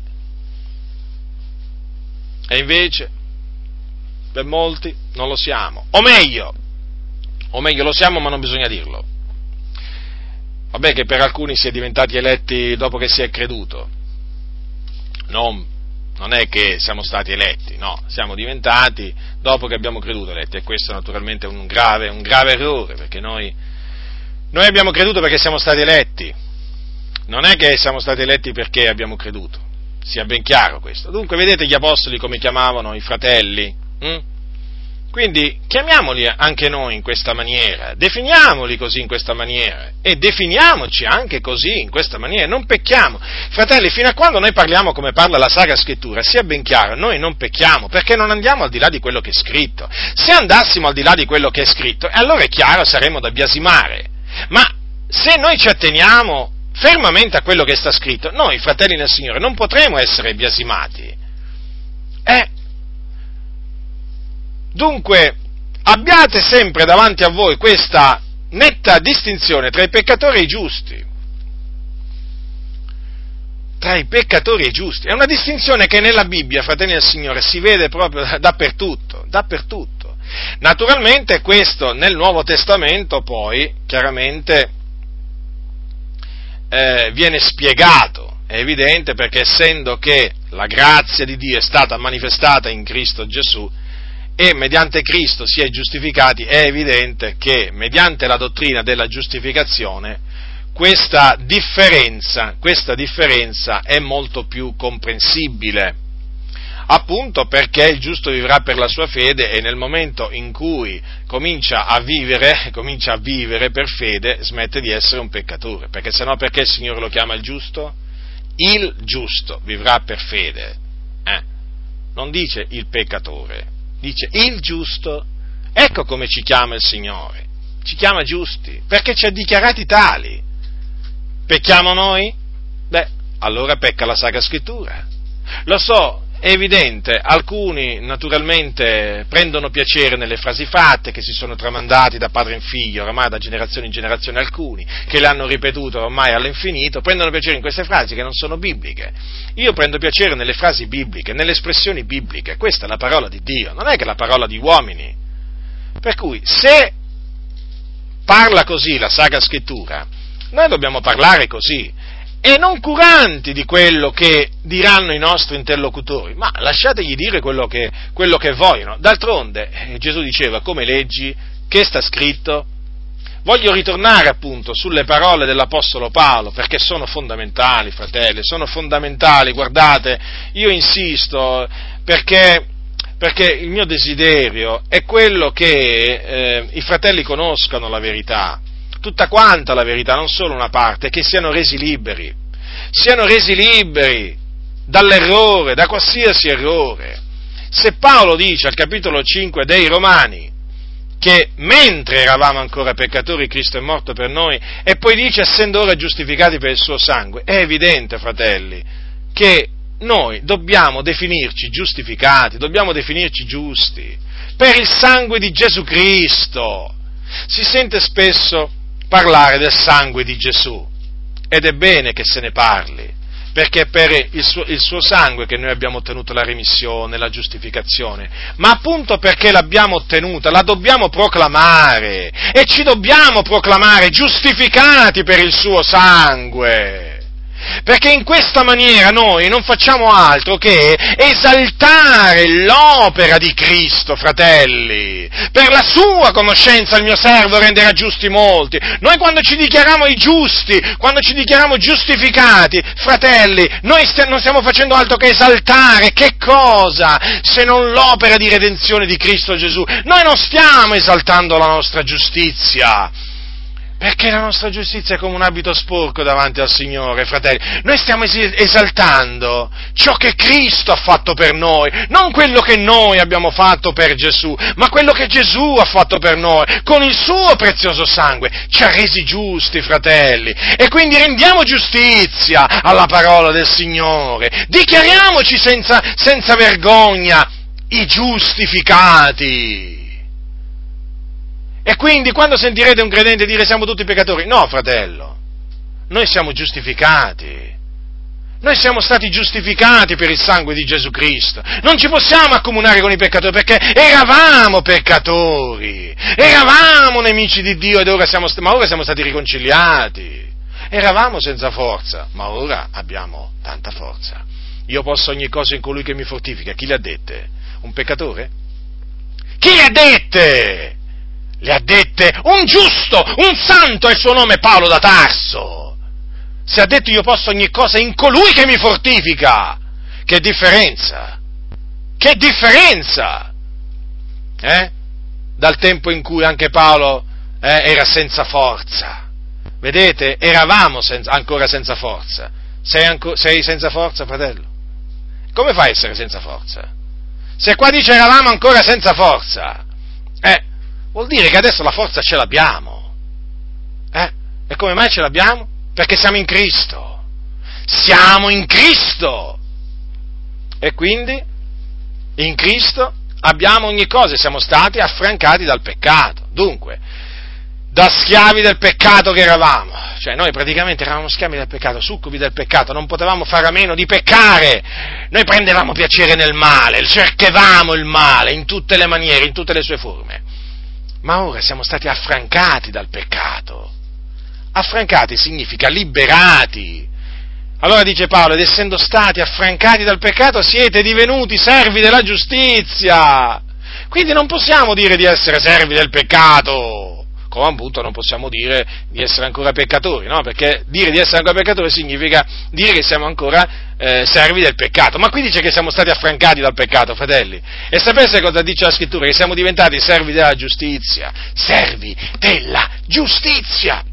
S1: E invece per molti non lo siamo, o meglio lo siamo ma non bisogna dirlo. Vabbè che per alcuni si è diventati eletti dopo che si è creduto, non non è che siamo stati eletti, no, siamo diventati, dopo che abbiamo creduto, eletti, e questo naturalmente è un grave errore, perché noi abbiamo creduto perché siamo stati eletti, non è che siamo stati eletti perché abbiamo creduto, sia ben chiaro questo. Dunque, vedete gli apostoli come chiamavano i fratelli? Quindi chiamiamoli anche noi in questa maniera, definiamoli così in questa maniera e definiamoci anche così in questa maniera, non pecchiamo. Fratelli, fino a quando noi parliamo come parla la Sacra Scrittura, sia ben chiaro, noi non pecchiamo perché non andiamo al di là di quello che è scritto. Se andassimo al di là di quello che è scritto, allora è chiaro, saremmo da biasimare. Ma se noi ci atteniamo fermamente a quello che sta scritto, noi, fratelli nel Signore, non potremo essere biasimati. Dunque, abbiate sempre davanti a voi questa netta distinzione tra i peccatori e i giusti. Tra i peccatori e i giusti. È una distinzione che nella Bibbia, fratelli del Signore, si vede proprio dappertutto. Naturalmente questo nel Nuovo Testamento poi, chiaramente, viene spiegato, è evidente, perché essendo che la grazia di Dio è stata manifestata in Cristo Gesù, e mediante Cristo si è giustificati, è evidente che mediante la dottrina della giustificazione questa differenza è molto più comprensibile, appunto perché il giusto vivrà per la sua fede, e nel momento in cui comincia a vivere per fede, smette di essere un peccatore, perché sennò perché il Signore lo chiama il giusto? Il giusto vivrà per fede, non dice il peccatore. Dice il giusto. Ecco come ci chiama il Signore, ci chiama giusti, perché ci ha dichiarati tali. Pecchiamo noi? Allora pecca la Sacra Scrittura. Lo so, è evidente, alcuni naturalmente prendono piacere nelle frasi fatte che si sono tramandati da padre in figlio, ormai da generazione in generazione, alcuni che le hanno ripetute ormai all'infinito, prendono piacere in queste frasi che non sono bibliche. Io prendo piacere nelle frasi bibliche, nelle espressioni bibliche, questa è la parola di Dio, non è che la parola di uomini. Per cui, se parla così la Sacra Scrittura, noi dobbiamo parlare così, e non curanti di quello che diranno i nostri interlocutori, ma lasciategli dire quello che vogliono. D'altronde, Gesù diceva, come leggi, che sta scritto? Voglio ritornare appunto sulle parole dell'Apostolo Paolo, perché sono fondamentali, fratelli, sono fondamentali. Guardate, io insisto, perché il mio desiderio è quello che i fratelli conoscano la verità, tutta quanta la verità, non solo una parte, che siano resi liberi dall'errore, da qualsiasi errore. Se Paolo dice al capitolo 5 dei Romani che mentre eravamo ancora peccatori Cristo è morto per noi, e poi dice essendo ora giustificati per il suo sangue, è evidente, fratelli, che noi dobbiamo definirci giustificati, dobbiamo definirci giusti per il sangue di Gesù Cristo. Si sente spesso parlare del sangue di Gesù, ed è bene che se ne parli, perché è per il suo sangue che noi abbiamo ottenuto la remissione, la giustificazione, ma appunto perché l'abbiamo ottenuta, la dobbiamo proclamare, e ci dobbiamo proclamare giustificati per il suo sangue. Perché in questa maniera noi non facciamo altro che esaltare l'opera di Cristo, fratelli. Per la sua conoscenza il mio servo renderà giusti molti. Noi quando ci dichiariamo i giusti, quando ci dichiariamo giustificati, fratelli, noi non stiamo facendo altro che esaltare che cosa? Se non l'opera di redenzione di Cristo Gesù. Noi non stiamo esaltando la nostra giustizia, perché la nostra giustizia è come un abito sporco davanti al Signore, fratelli. Noi stiamo esaltando ciò che Cristo ha fatto per noi, non quello che noi abbiamo fatto per Gesù, ma quello che Gesù ha fatto per noi, con il suo prezioso sangue. Ci ha resi giusti, fratelli, e quindi rendiamo giustizia alla parola del Signore. Dichiariamoci senza vergogna i giustificati. E quindi quando sentirete un credente dire siamo tutti peccatori, no, fratello, noi siamo giustificati, noi siamo stati giustificati per il sangue di Gesù Cristo, non ci possiamo accomunare con i peccatori perché eravamo peccatori, eravamo nemici di Dio ed ora siamo stati riconciliati, eravamo senza forza, ma ora abbiamo tanta forza. io posso ogni cosa in colui che mi fortifica. Chi le ha dette? Un peccatore? Chi le ha dette? Le ha dette un giusto, un santo è il suo nome, Paolo da Tarso. Se ha detto io posso ogni cosa in colui che mi fortifica, che differenza? Che differenza? Dal tempo in cui anche Paolo era senza forza. Vedete, eravamo ancora senza forza. Sei senza forza, fratello? Come fai a essere senza forza? Se qua dice eravamo ancora senza forza, vuol dire che adesso la forza ce l'abbiamo. E come mai ce l'abbiamo? Perché siamo in Cristo. Siamo in Cristo. E quindi, in Cristo, abbiamo ogni cosa, siamo stati affrancati dal peccato. Dunque, da schiavi del peccato che eravamo, cioè noi praticamente eravamo schiavi del peccato, succubi del peccato, non potevamo fare a meno di peccare, noi prendevamo piacere nel male, cercavamo il male in tutte le maniere, in tutte le sue forme, ma ora siamo stati affrancati dal peccato. Affrancati significa liberati. Allora dice Paolo, ed essendo stati affrancati dal peccato siete divenuti servi della giustizia. Quindi non possiamo dire di essere servi del peccato, come appunto non possiamo dire di essere ancora peccatori, no? Perché dire di essere ancora peccatori significa dire che siamo ancora servi del peccato. Ma qui dice che siamo stati affrancati dal peccato, fratelli. E sapete cosa dice la scrittura? Che siamo diventati servi della giustizia. Servi della giustizia.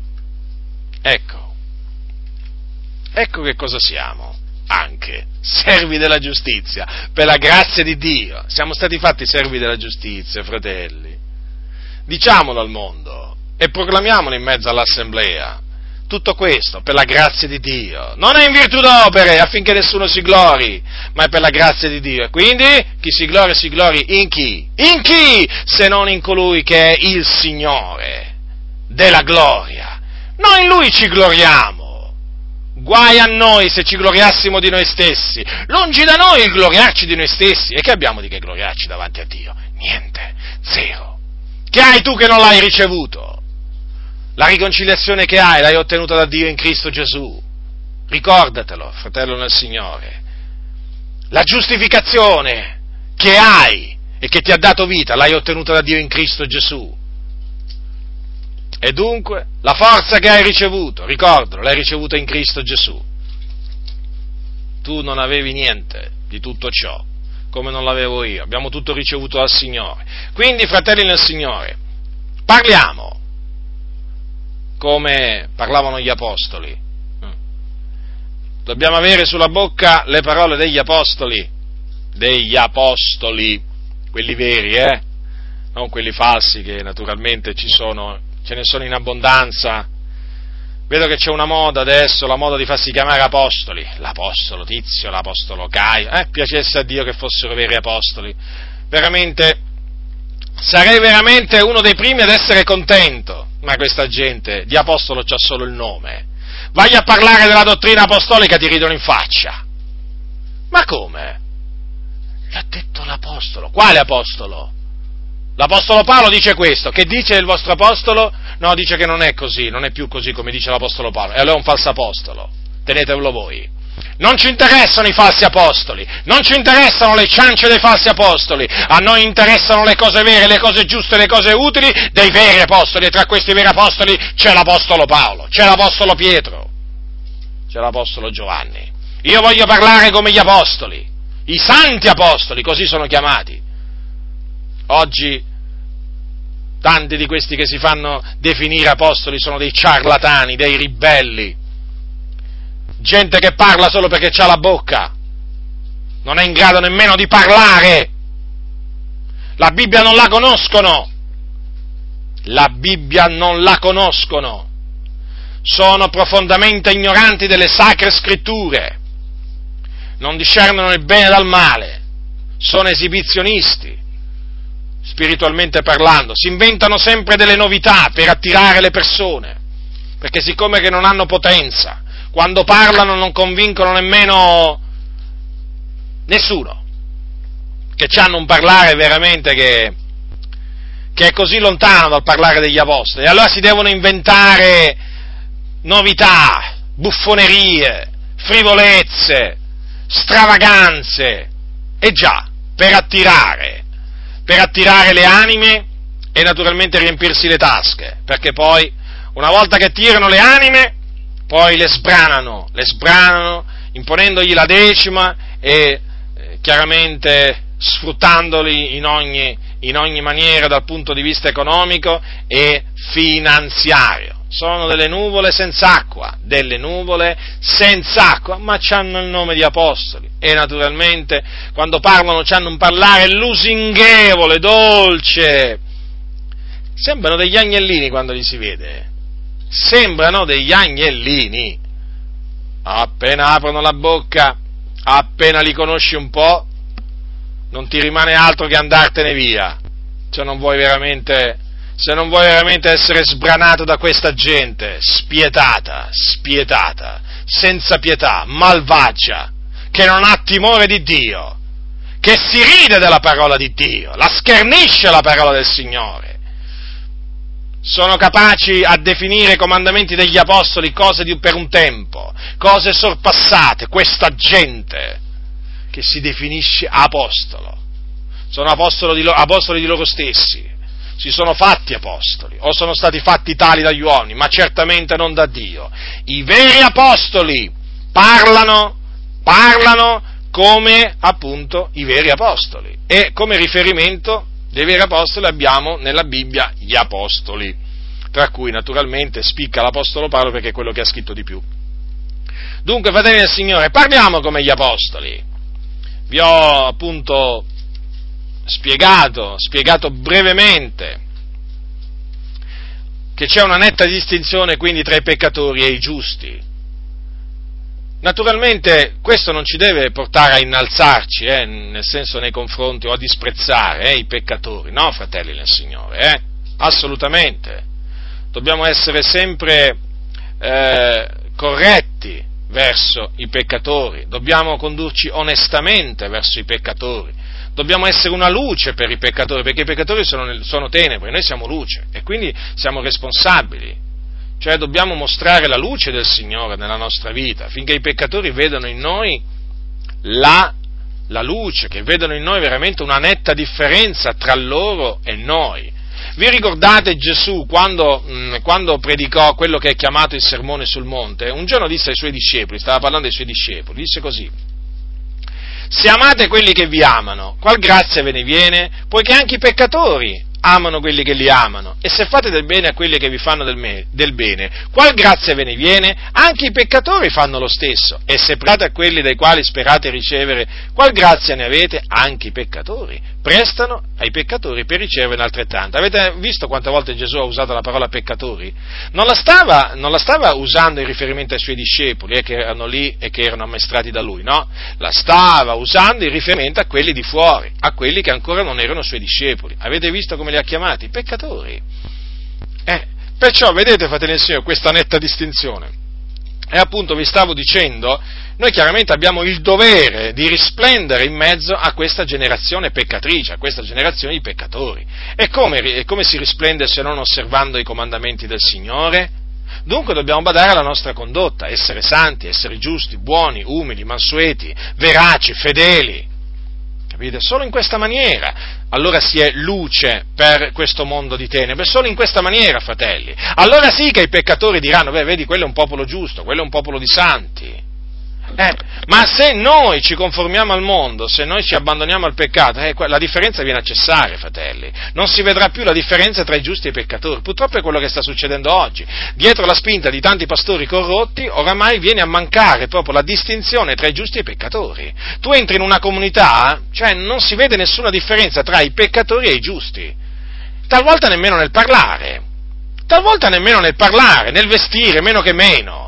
S1: Ecco che cosa siamo, anche servi della giustizia, per la grazia di Dio, siamo stati fatti servi della giustizia, fratelli. Diciamolo al mondo e proclamiamolo in mezzo all'assemblea, tutto questo per la grazia di Dio, non è in virtù d'opere affinché nessuno si glori, ma è per la grazia di Dio. E quindi chi si glori in chi? In chi? Se non in colui che è il Signore della gloria. Noi in Lui ci gloriamo. Guai a noi se ci gloriassimo di noi stessi. Lungi da noi il gloriarci di noi stessi. E che abbiamo di che gloriarci davanti a Dio? Niente, zero. Che hai tu che non l'hai ricevuto? La riconciliazione che hai l'hai ottenuta da Dio in Cristo Gesù. Ricordatelo, fratello nel Signore. La giustificazione che hai e che ti ha dato vita l'hai ottenuta da Dio in Cristo Gesù. E dunque, la forza che hai ricevuto, ricordalo, l'hai ricevuta in Cristo Gesù. Tu non avevi niente di tutto ciò, come non l'avevo io, abbiamo tutto ricevuto dal Signore. Quindi, fratelli nel Signore, parliamo come parlavano gli Apostoli. Dobbiamo avere sulla bocca le parole degli Apostoli, quelli veri, non quelli falsi che naturalmente ce ne sono in abbondanza. Vedo che c'è una moda adesso, la moda di farsi chiamare apostoli, l'apostolo Tizio, l'apostolo Caio, piacesse a Dio che fossero veri apostoli, sarei veramente uno dei primi ad essere contento, ma questa gente di apostolo c'ha solo il nome. Vai a parlare della dottrina apostolica, ti ridono in faccia. Ma come? L'ha detto l'apostolo. Quale apostolo? L'apostolo Paolo dice questo, che dice il vostro apostolo? No, dice che non è così, non è più così come dice l'apostolo Paolo, e allora è un falso apostolo, tenetevelo voi. Non ci interessano i falsi apostoli, non ci interessano le ciance dei falsi apostoli, a noi interessano le cose vere, le cose giuste, le cose utili dei veri apostoli, e tra questi veri apostoli c'è l'apostolo Paolo, c'è l'apostolo Pietro, c'è l'apostolo Giovanni. Io voglio parlare come gli apostoli, i santi apostoli, così sono chiamati. Oggi tanti di questi che si fanno definire apostoli sono dei ciarlatani, dei ribelli, gente che parla solo perché c'ha la bocca, non è in grado nemmeno di parlare, la Bibbia non la conoscono, sono profondamente ignoranti delle sacre scritture, non discernono il bene dal male, sono esibizionisti, spiritualmente parlando, si inventano sempre delle novità per attirare le persone, perché siccome che non hanno potenza, quando parlano non convincono nemmeno nessuno, che hanno un parlare veramente che è così lontano dal parlare degli apostoli, e allora si devono inventare novità, buffonerie, frivolezze, stravaganze, e già, per attirare le anime e naturalmente riempirsi le tasche, perché poi, una volta che attirano le anime, poi le sbranano, imponendogli la decima e chiaramente sfruttandoli in ogni maniera dal punto di vista economico e finanziario. Sono delle nuvole senza acqua, ma c'hanno il nome di apostoli e naturalmente quando parlano c'hanno un parlare lusinghevole, dolce. Sembrano degli agnellini quando li si vede, sembrano degli agnellini. Appena aprono la bocca, appena li conosci un po', non ti rimane altro che andartene via, se non vuoi veramente essere sbranato da questa gente spietata, senza pietà, malvagia, che non ha timore di Dio, che si ride della parola di Dio, la schernisce la parola del Signore. Sono capaci a definire i comandamenti degli apostoli cose per un tempo, cose sorpassate, questa gente che si definisce apostolo. Sono apostoli di loro stessi, si sono fatti apostoli, o sono stati fatti tali dagli uomini, ma certamente non da Dio. I veri apostoli parlano come appunto i veri apostoli, e come riferimento dei veri apostoli abbiamo nella Bibbia gli apostoli, tra cui naturalmente spicca l'apostolo Paolo perché è quello che ha scritto di più. Dunque, fratelli del Signore, parliamo come gli apostoli. Vi ho appunto spiegato brevemente che c'è una netta distinzione quindi tra i peccatori e i giusti. Naturalmente questo non ci deve portare a innalzarci, nel senso nei confronti o a disprezzare i peccatori, no, fratelli nel Signore, assolutamente. Dobbiamo essere sempre corretti verso i peccatori, dobbiamo condurci onestamente verso i peccatori, dobbiamo essere una luce per i peccatori, perché i peccatori sono tenebre, noi siamo luce e quindi siamo responsabili. Cioè dobbiamo mostrare la luce del Signore nella nostra vita, affinché i peccatori vedano in noi la luce, che vedano in noi veramente una netta differenza tra loro e noi. Vi ricordate Gesù quando predicò quello che è chiamato il Sermone sul Monte? Un giorno disse ai Suoi discepoli, stava parlando ai Suoi discepoli, disse così: se amate quelli che vi amano, qual grazia ve ne viene? Poiché anche i peccatori amano quelli che li amano, e se fate del bene a quelli che vi fanno del bene, qual grazia ve ne viene? Anche i peccatori fanno lo stesso, e se prate a quelli dai quali sperate ricevere, qual grazia ne avete? Anche i peccatori prestano ai peccatori per riceverne altrettanto. Avete visto quante volte Gesù ha usato la parola peccatori? Non la stava usando in riferimento ai Suoi discepoli, che erano lì e che erano ammaestrati da Lui, no? La stava usando in riferimento a quelli di fuori, a quelli che ancora non erano Suoi discepoli. Avete visto come li ha chiamati? Peccatori. Perciò vedete, fratelli del Signore, questa netta distinzione. E appunto vi stavo dicendo, noi chiaramente abbiamo il dovere di risplendere in mezzo a questa generazione peccatrice, a questa generazione di peccatori. E come si risplende se non osservando i comandamenti del Signore? Dunque dobbiamo badare alla nostra condotta, essere santi, essere giusti, buoni, umili, mansueti, veraci, fedeli. Capite? Solo in questa maniera allora si è luce per questo mondo di tenebre, solo in questa maniera, fratelli. Allora sì che i peccatori diranno: vedi, quello è un popolo giusto, quello è un popolo di santi. Ma se noi ci conformiamo al mondo, se noi ci abbandoniamo al peccato, la differenza viene a cessare, fratelli. Non si vedrà più la differenza tra i giusti e i peccatori. Purtroppo è quello che sta succedendo oggi. Dietro la spinta di tanti pastori corrotti, oramai viene a mancare proprio la distinzione tra i giusti e i peccatori. Tu entri in una comunità, cioè non si vede nessuna differenza tra i peccatori e i giusti. Talvolta nemmeno nel parlare, nel vestire, meno che meno.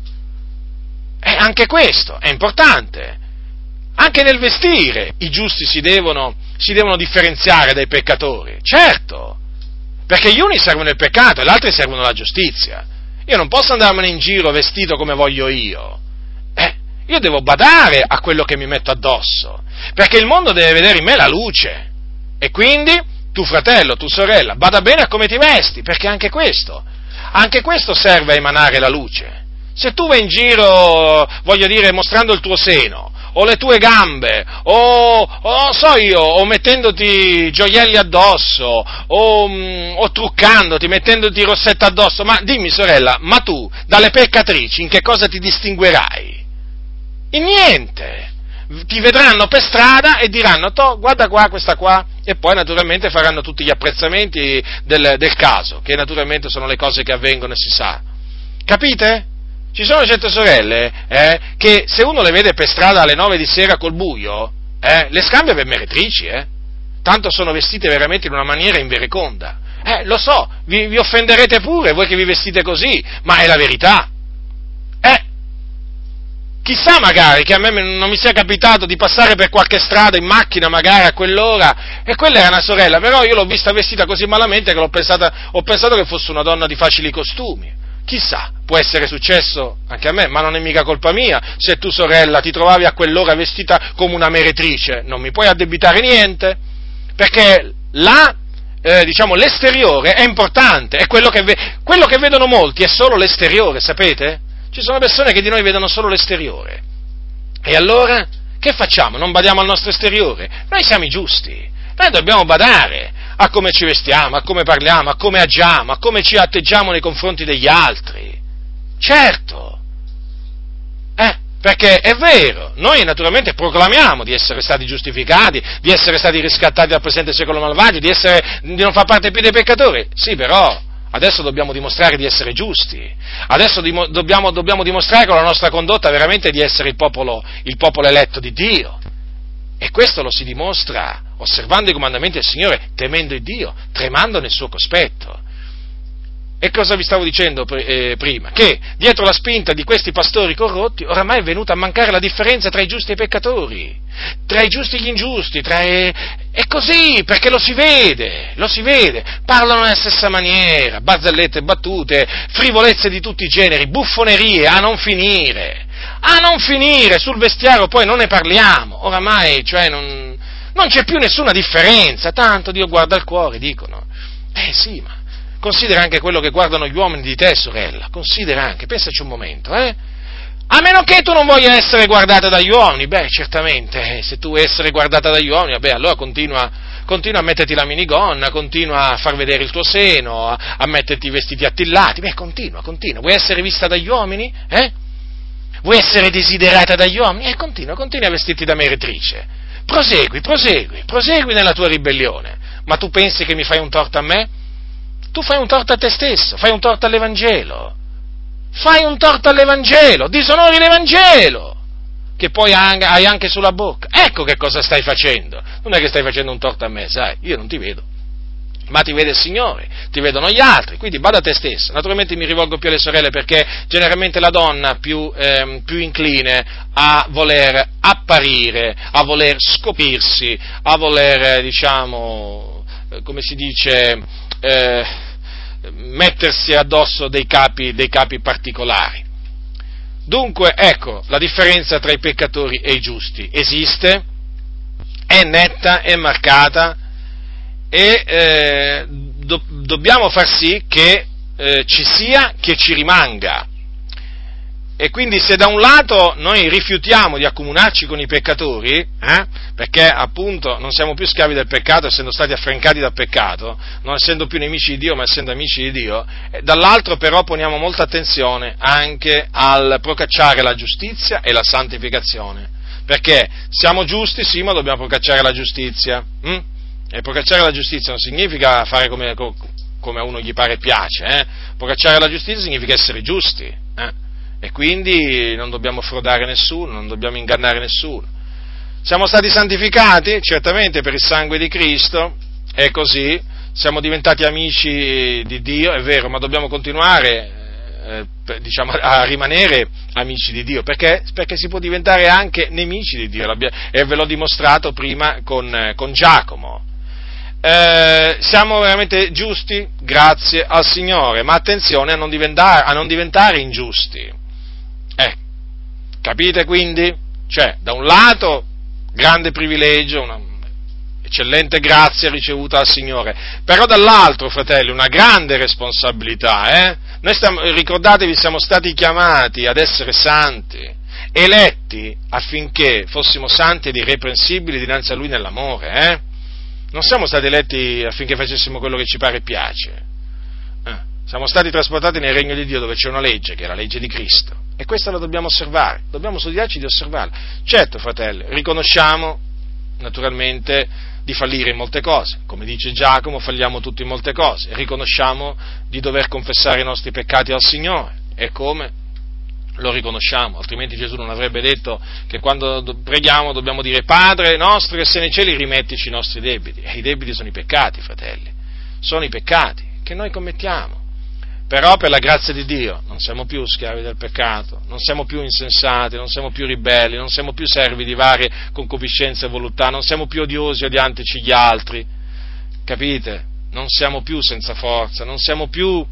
S1: Anche questo è importante. Anche nel vestire i giusti si devono differenziare dai peccatori, certo, perché gli uni servono il peccato e gli altri servono la giustizia. Io non posso andarmene in giro vestito come voglio io. Io devo badare a quello che mi metto addosso, perché il mondo deve vedere in me la luce. E quindi tu fratello, tu sorella, bada bene a come ti vesti, perché anche questo serve a emanare la luce. Se tu vai in giro, voglio dire, mostrando il tuo seno, o le tue gambe, o so io, o mettendoti gioielli addosso, o truccandoti, mettendoti rossetta addosso, ma dimmi sorella, ma tu dalle peccatrici in che cosa ti distinguerai? In niente! Ti vedranno per strada e diranno, guarda qua, questa qua, e poi naturalmente faranno tutti gli apprezzamenti del caso, che naturalmente sono le cose che avvengono e si sa. Capite? Ci sono certe sorelle, che se uno le vede per strada alle 9 di sera col buio, le scambia per meretrici, tanto sono vestite veramente in una maniera invereconda. Lo so, vi offenderete pure voi che vi vestite così, ma è la verità. Chissà magari che a me non mi sia capitato di passare per qualche strada in macchina magari a quell'ora, e quella era una sorella, però io l'ho vista vestita così malamente che ho pensato che fosse una donna di facili costumi. Chissà, può essere successo anche a me, ma non è mica colpa mia se tu, sorella, ti trovavi a quell'ora vestita come una meretrice, non mi puoi addebitare niente, perché l'esteriore è importante, è quello che vedono molti è solo l'esteriore, sapete? Ci sono persone che di noi vedono solo l'esteriore. E allora, che facciamo? Non badiamo al nostro esteriore? Noi siamo i giusti. Noi dobbiamo badare a come ci vestiamo, a come parliamo, a come agiamo, a come ci atteggiamo nei confronti degli altri. Certo. Perché è vero, noi naturalmente proclamiamo di essere stati giustificati, di essere stati riscattati dal presente secolo malvagio, di non far parte più dei peccatori. Sì, però adesso dobbiamo dimostrare di essere giusti, adesso dobbiamo dimostrare con la nostra condotta veramente di essere il popolo eletto di Dio, e questo lo si dimostra osservando i comandamenti del Signore, temendo il Dio, tremando nel suo cospetto. E cosa vi stavo dicendo prima? Che dietro la spinta di questi pastori corrotti oramai è venuta a mancare la differenza tra i giusti e i peccatori, tra i giusti e gli ingiusti, è così, perché lo si vede, parlano nella stessa maniera, barzellette, battute, frivolezze di tutti i generi, buffonerie, a non finire, sul vestiario poi non ne parliamo, oramai, non c'è più nessuna differenza, tanto Dio guarda il cuore, dicono, sì, ma considera anche quello che guardano gli uomini di te, sorella, considera anche, pensaci un momento, a meno che tu non voglia essere guardata dagli uomini, certamente, se tu vuoi essere guardata dagli uomini, allora continua a metterti la minigonna, continua a far vedere il tuo seno, a metterti i vestiti attillati, continua, vuoi essere vista dagli uomini, Vuoi essere desiderata dagli uomini? Continua a vestirti da meretrice, prosegui nella tua ribellione, ma tu pensi che mi fai un torto a me? Tu fai un torto a te stesso, fai un torto all'Evangelo, disonori l'Evangelo, che poi hai anche sulla bocca. Ecco che cosa stai facendo, non è che stai facendo un torto a me, sai, io non ti vedo, ma ti vede il Signore, ti vedono gli altri, quindi bada a te stesso. Naturalmente mi rivolgo più alle sorelle, perché generalmente la donna più incline a voler apparire, a voler scoprirsi, a voler, come si dice, mettersi addosso dei capi particolari. Dunque, ecco, la differenza tra i peccatori e i giusti esiste, è netta, è marcata, e dobbiamo far sì che ci sia, che ci rimanga. E quindi se da un lato noi rifiutiamo di accomunarci con i peccatori, perché appunto non siamo più schiavi del peccato, essendo stati affrancati dal peccato, non essendo più nemici di Dio, ma essendo amici di Dio, dall'altro però poniamo molta attenzione anche al procacciare la giustizia e la santificazione, perché siamo giusti, sì, ma dobbiamo procacciare la giustizia, E procacciare la giustizia non significa fare come a uno gli pare e piace, Procacciare la giustizia significa essere giusti, E quindi non dobbiamo frodare nessuno, non dobbiamo ingannare nessuno. Siamo stati santificati? Certamente per il sangue di Cristo, è così, siamo diventati amici di Dio, è vero, ma dobbiamo continuare a rimanere amici di Dio, perché si può diventare anche nemici di Dio, e ve l'ho dimostrato prima con Giacomo. Siamo veramente giusti? Grazie al Signore, ma attenzione a non diventare ingiusti. Capite quindi? Da un lato, grande privilegio, una eccellente grazia ricevuta dal Signore, però dall'altro, fratelli, una grande responsabilità, Noi ricordatevi, siamo stati chiamati ad essere santi, eletti affinché fossimo santi ed irreprensibili dinanzi a Lui nell'amore, Non siamo stati eletti affinché facessimo quello che ci pare e piace. Siamo stati trasportati nel regno di Dio dove c'è una legge, che è la legge di Cristo, e questa la dobbiamo osservare, dobbiamo studiarci di osservarla. Certo, fratelli, riconosciamo naturalmente di fallire in molte cose, come dice Giacomo, falliamo tutti in molte cose, riconosciamo di dover confessare i nostri peccati al Signore, e come? Lo riconosciamo, altrimenti Gesù non avrebbe detto che quando preghiamo dobbiamo dire Padre nostro che sei nei cieli rimettici i nostri debiti, e i debiti sono i peccati, fratelli, sono i peccati che noi commettiamo. Però per la grazia di Dio non siamo più schiavi del peccato, non siamo più insensati, non siamo più ribelli, non siamo più servi di varie concupiscenze e voluttà, non siamo più odiosi, odiantici gli altri, capite? Non siamo più senza forza, non siamo più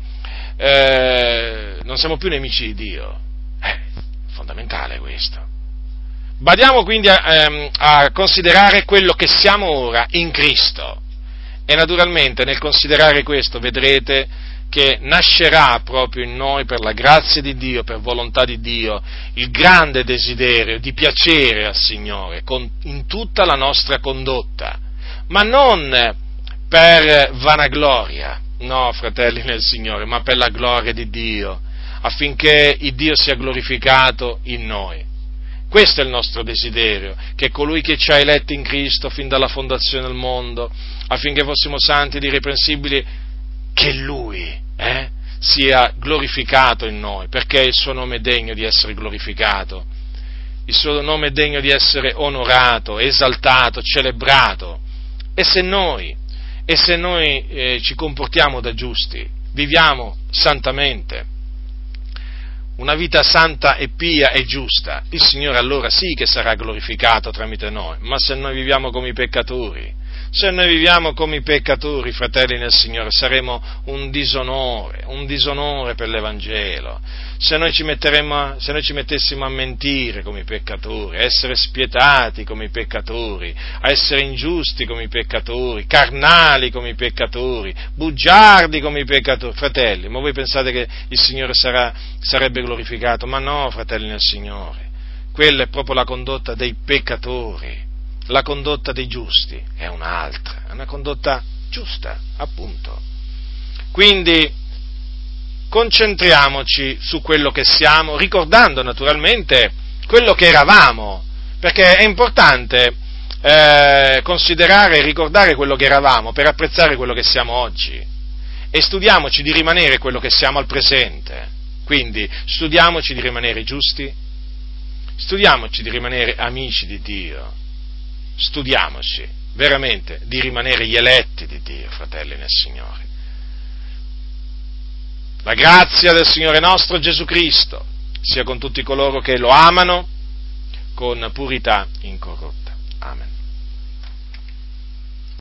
S1: nemici di Dio. È fondamentale questo. Badiamo quindi a considerare quello che siamo ora in Cristo, e naturalmente nel considerare questo vedrete che nascerà proprio in noi, per la grazia di Dio, per volontà di Dio, il grande desiderio di piacere al Signore in tutta la nostra condotta, ma non per vanagloria, no, fratelli nel Signore, ma per la gloria di Dio, affinché il Dio sia glorificato in noi. Questo è il nostro desiderio, che colui che ci ha eletti in Cristo fin dalla fondazione del mondo, affinché fossimo santi ed irreprensibili, che Lui sia glorificato in noi, perché il suo nome è degno di essere glorificato, il suo nome è degno di essere onorato, esaltato, celebrato. E se noi ci comportiamo da giusti, viviamo santamente, una vita santa e pia e giusta, il Signore allora sì che sarà glorificato tramite noi. Ma se noi viviamo come i peccatori, fratelli nel Signore, saremo un disonore per l'Evangelo. Se noi ci mettessimo a mentire come i peccatori, a essere spietati come i peccatori, a essere ingiusti come i peccatori, carnali come i peccatori, bugiardi come i peccatori, fratelli, ma voi pensate che il Signore sarebbe glorificato? Ma no, fratelli nel Signore, quella è proprio la condotta dei peccatori. La condotta dei giusti è un'altra, è una condotta giusta, appunto. Quindi concentriamoci su quello che siamo, ricordando naturalmente quello che eravamo, perché è importante considerare e ricordare quello che eravamo per apprezzare quello che siamo oggi, e studiamoci di rimanere quello che siamo al presente. Quindi studiamoci di rimanere giusti, studiamoci di rimanere amici di Dio, studiamoci veramente di rimanere gli eletti di Dio, fratelli nel Signore. La grazia del Signore nostro Gesù Cristo sia con tutti coloro che lo amano con purità incorrotta.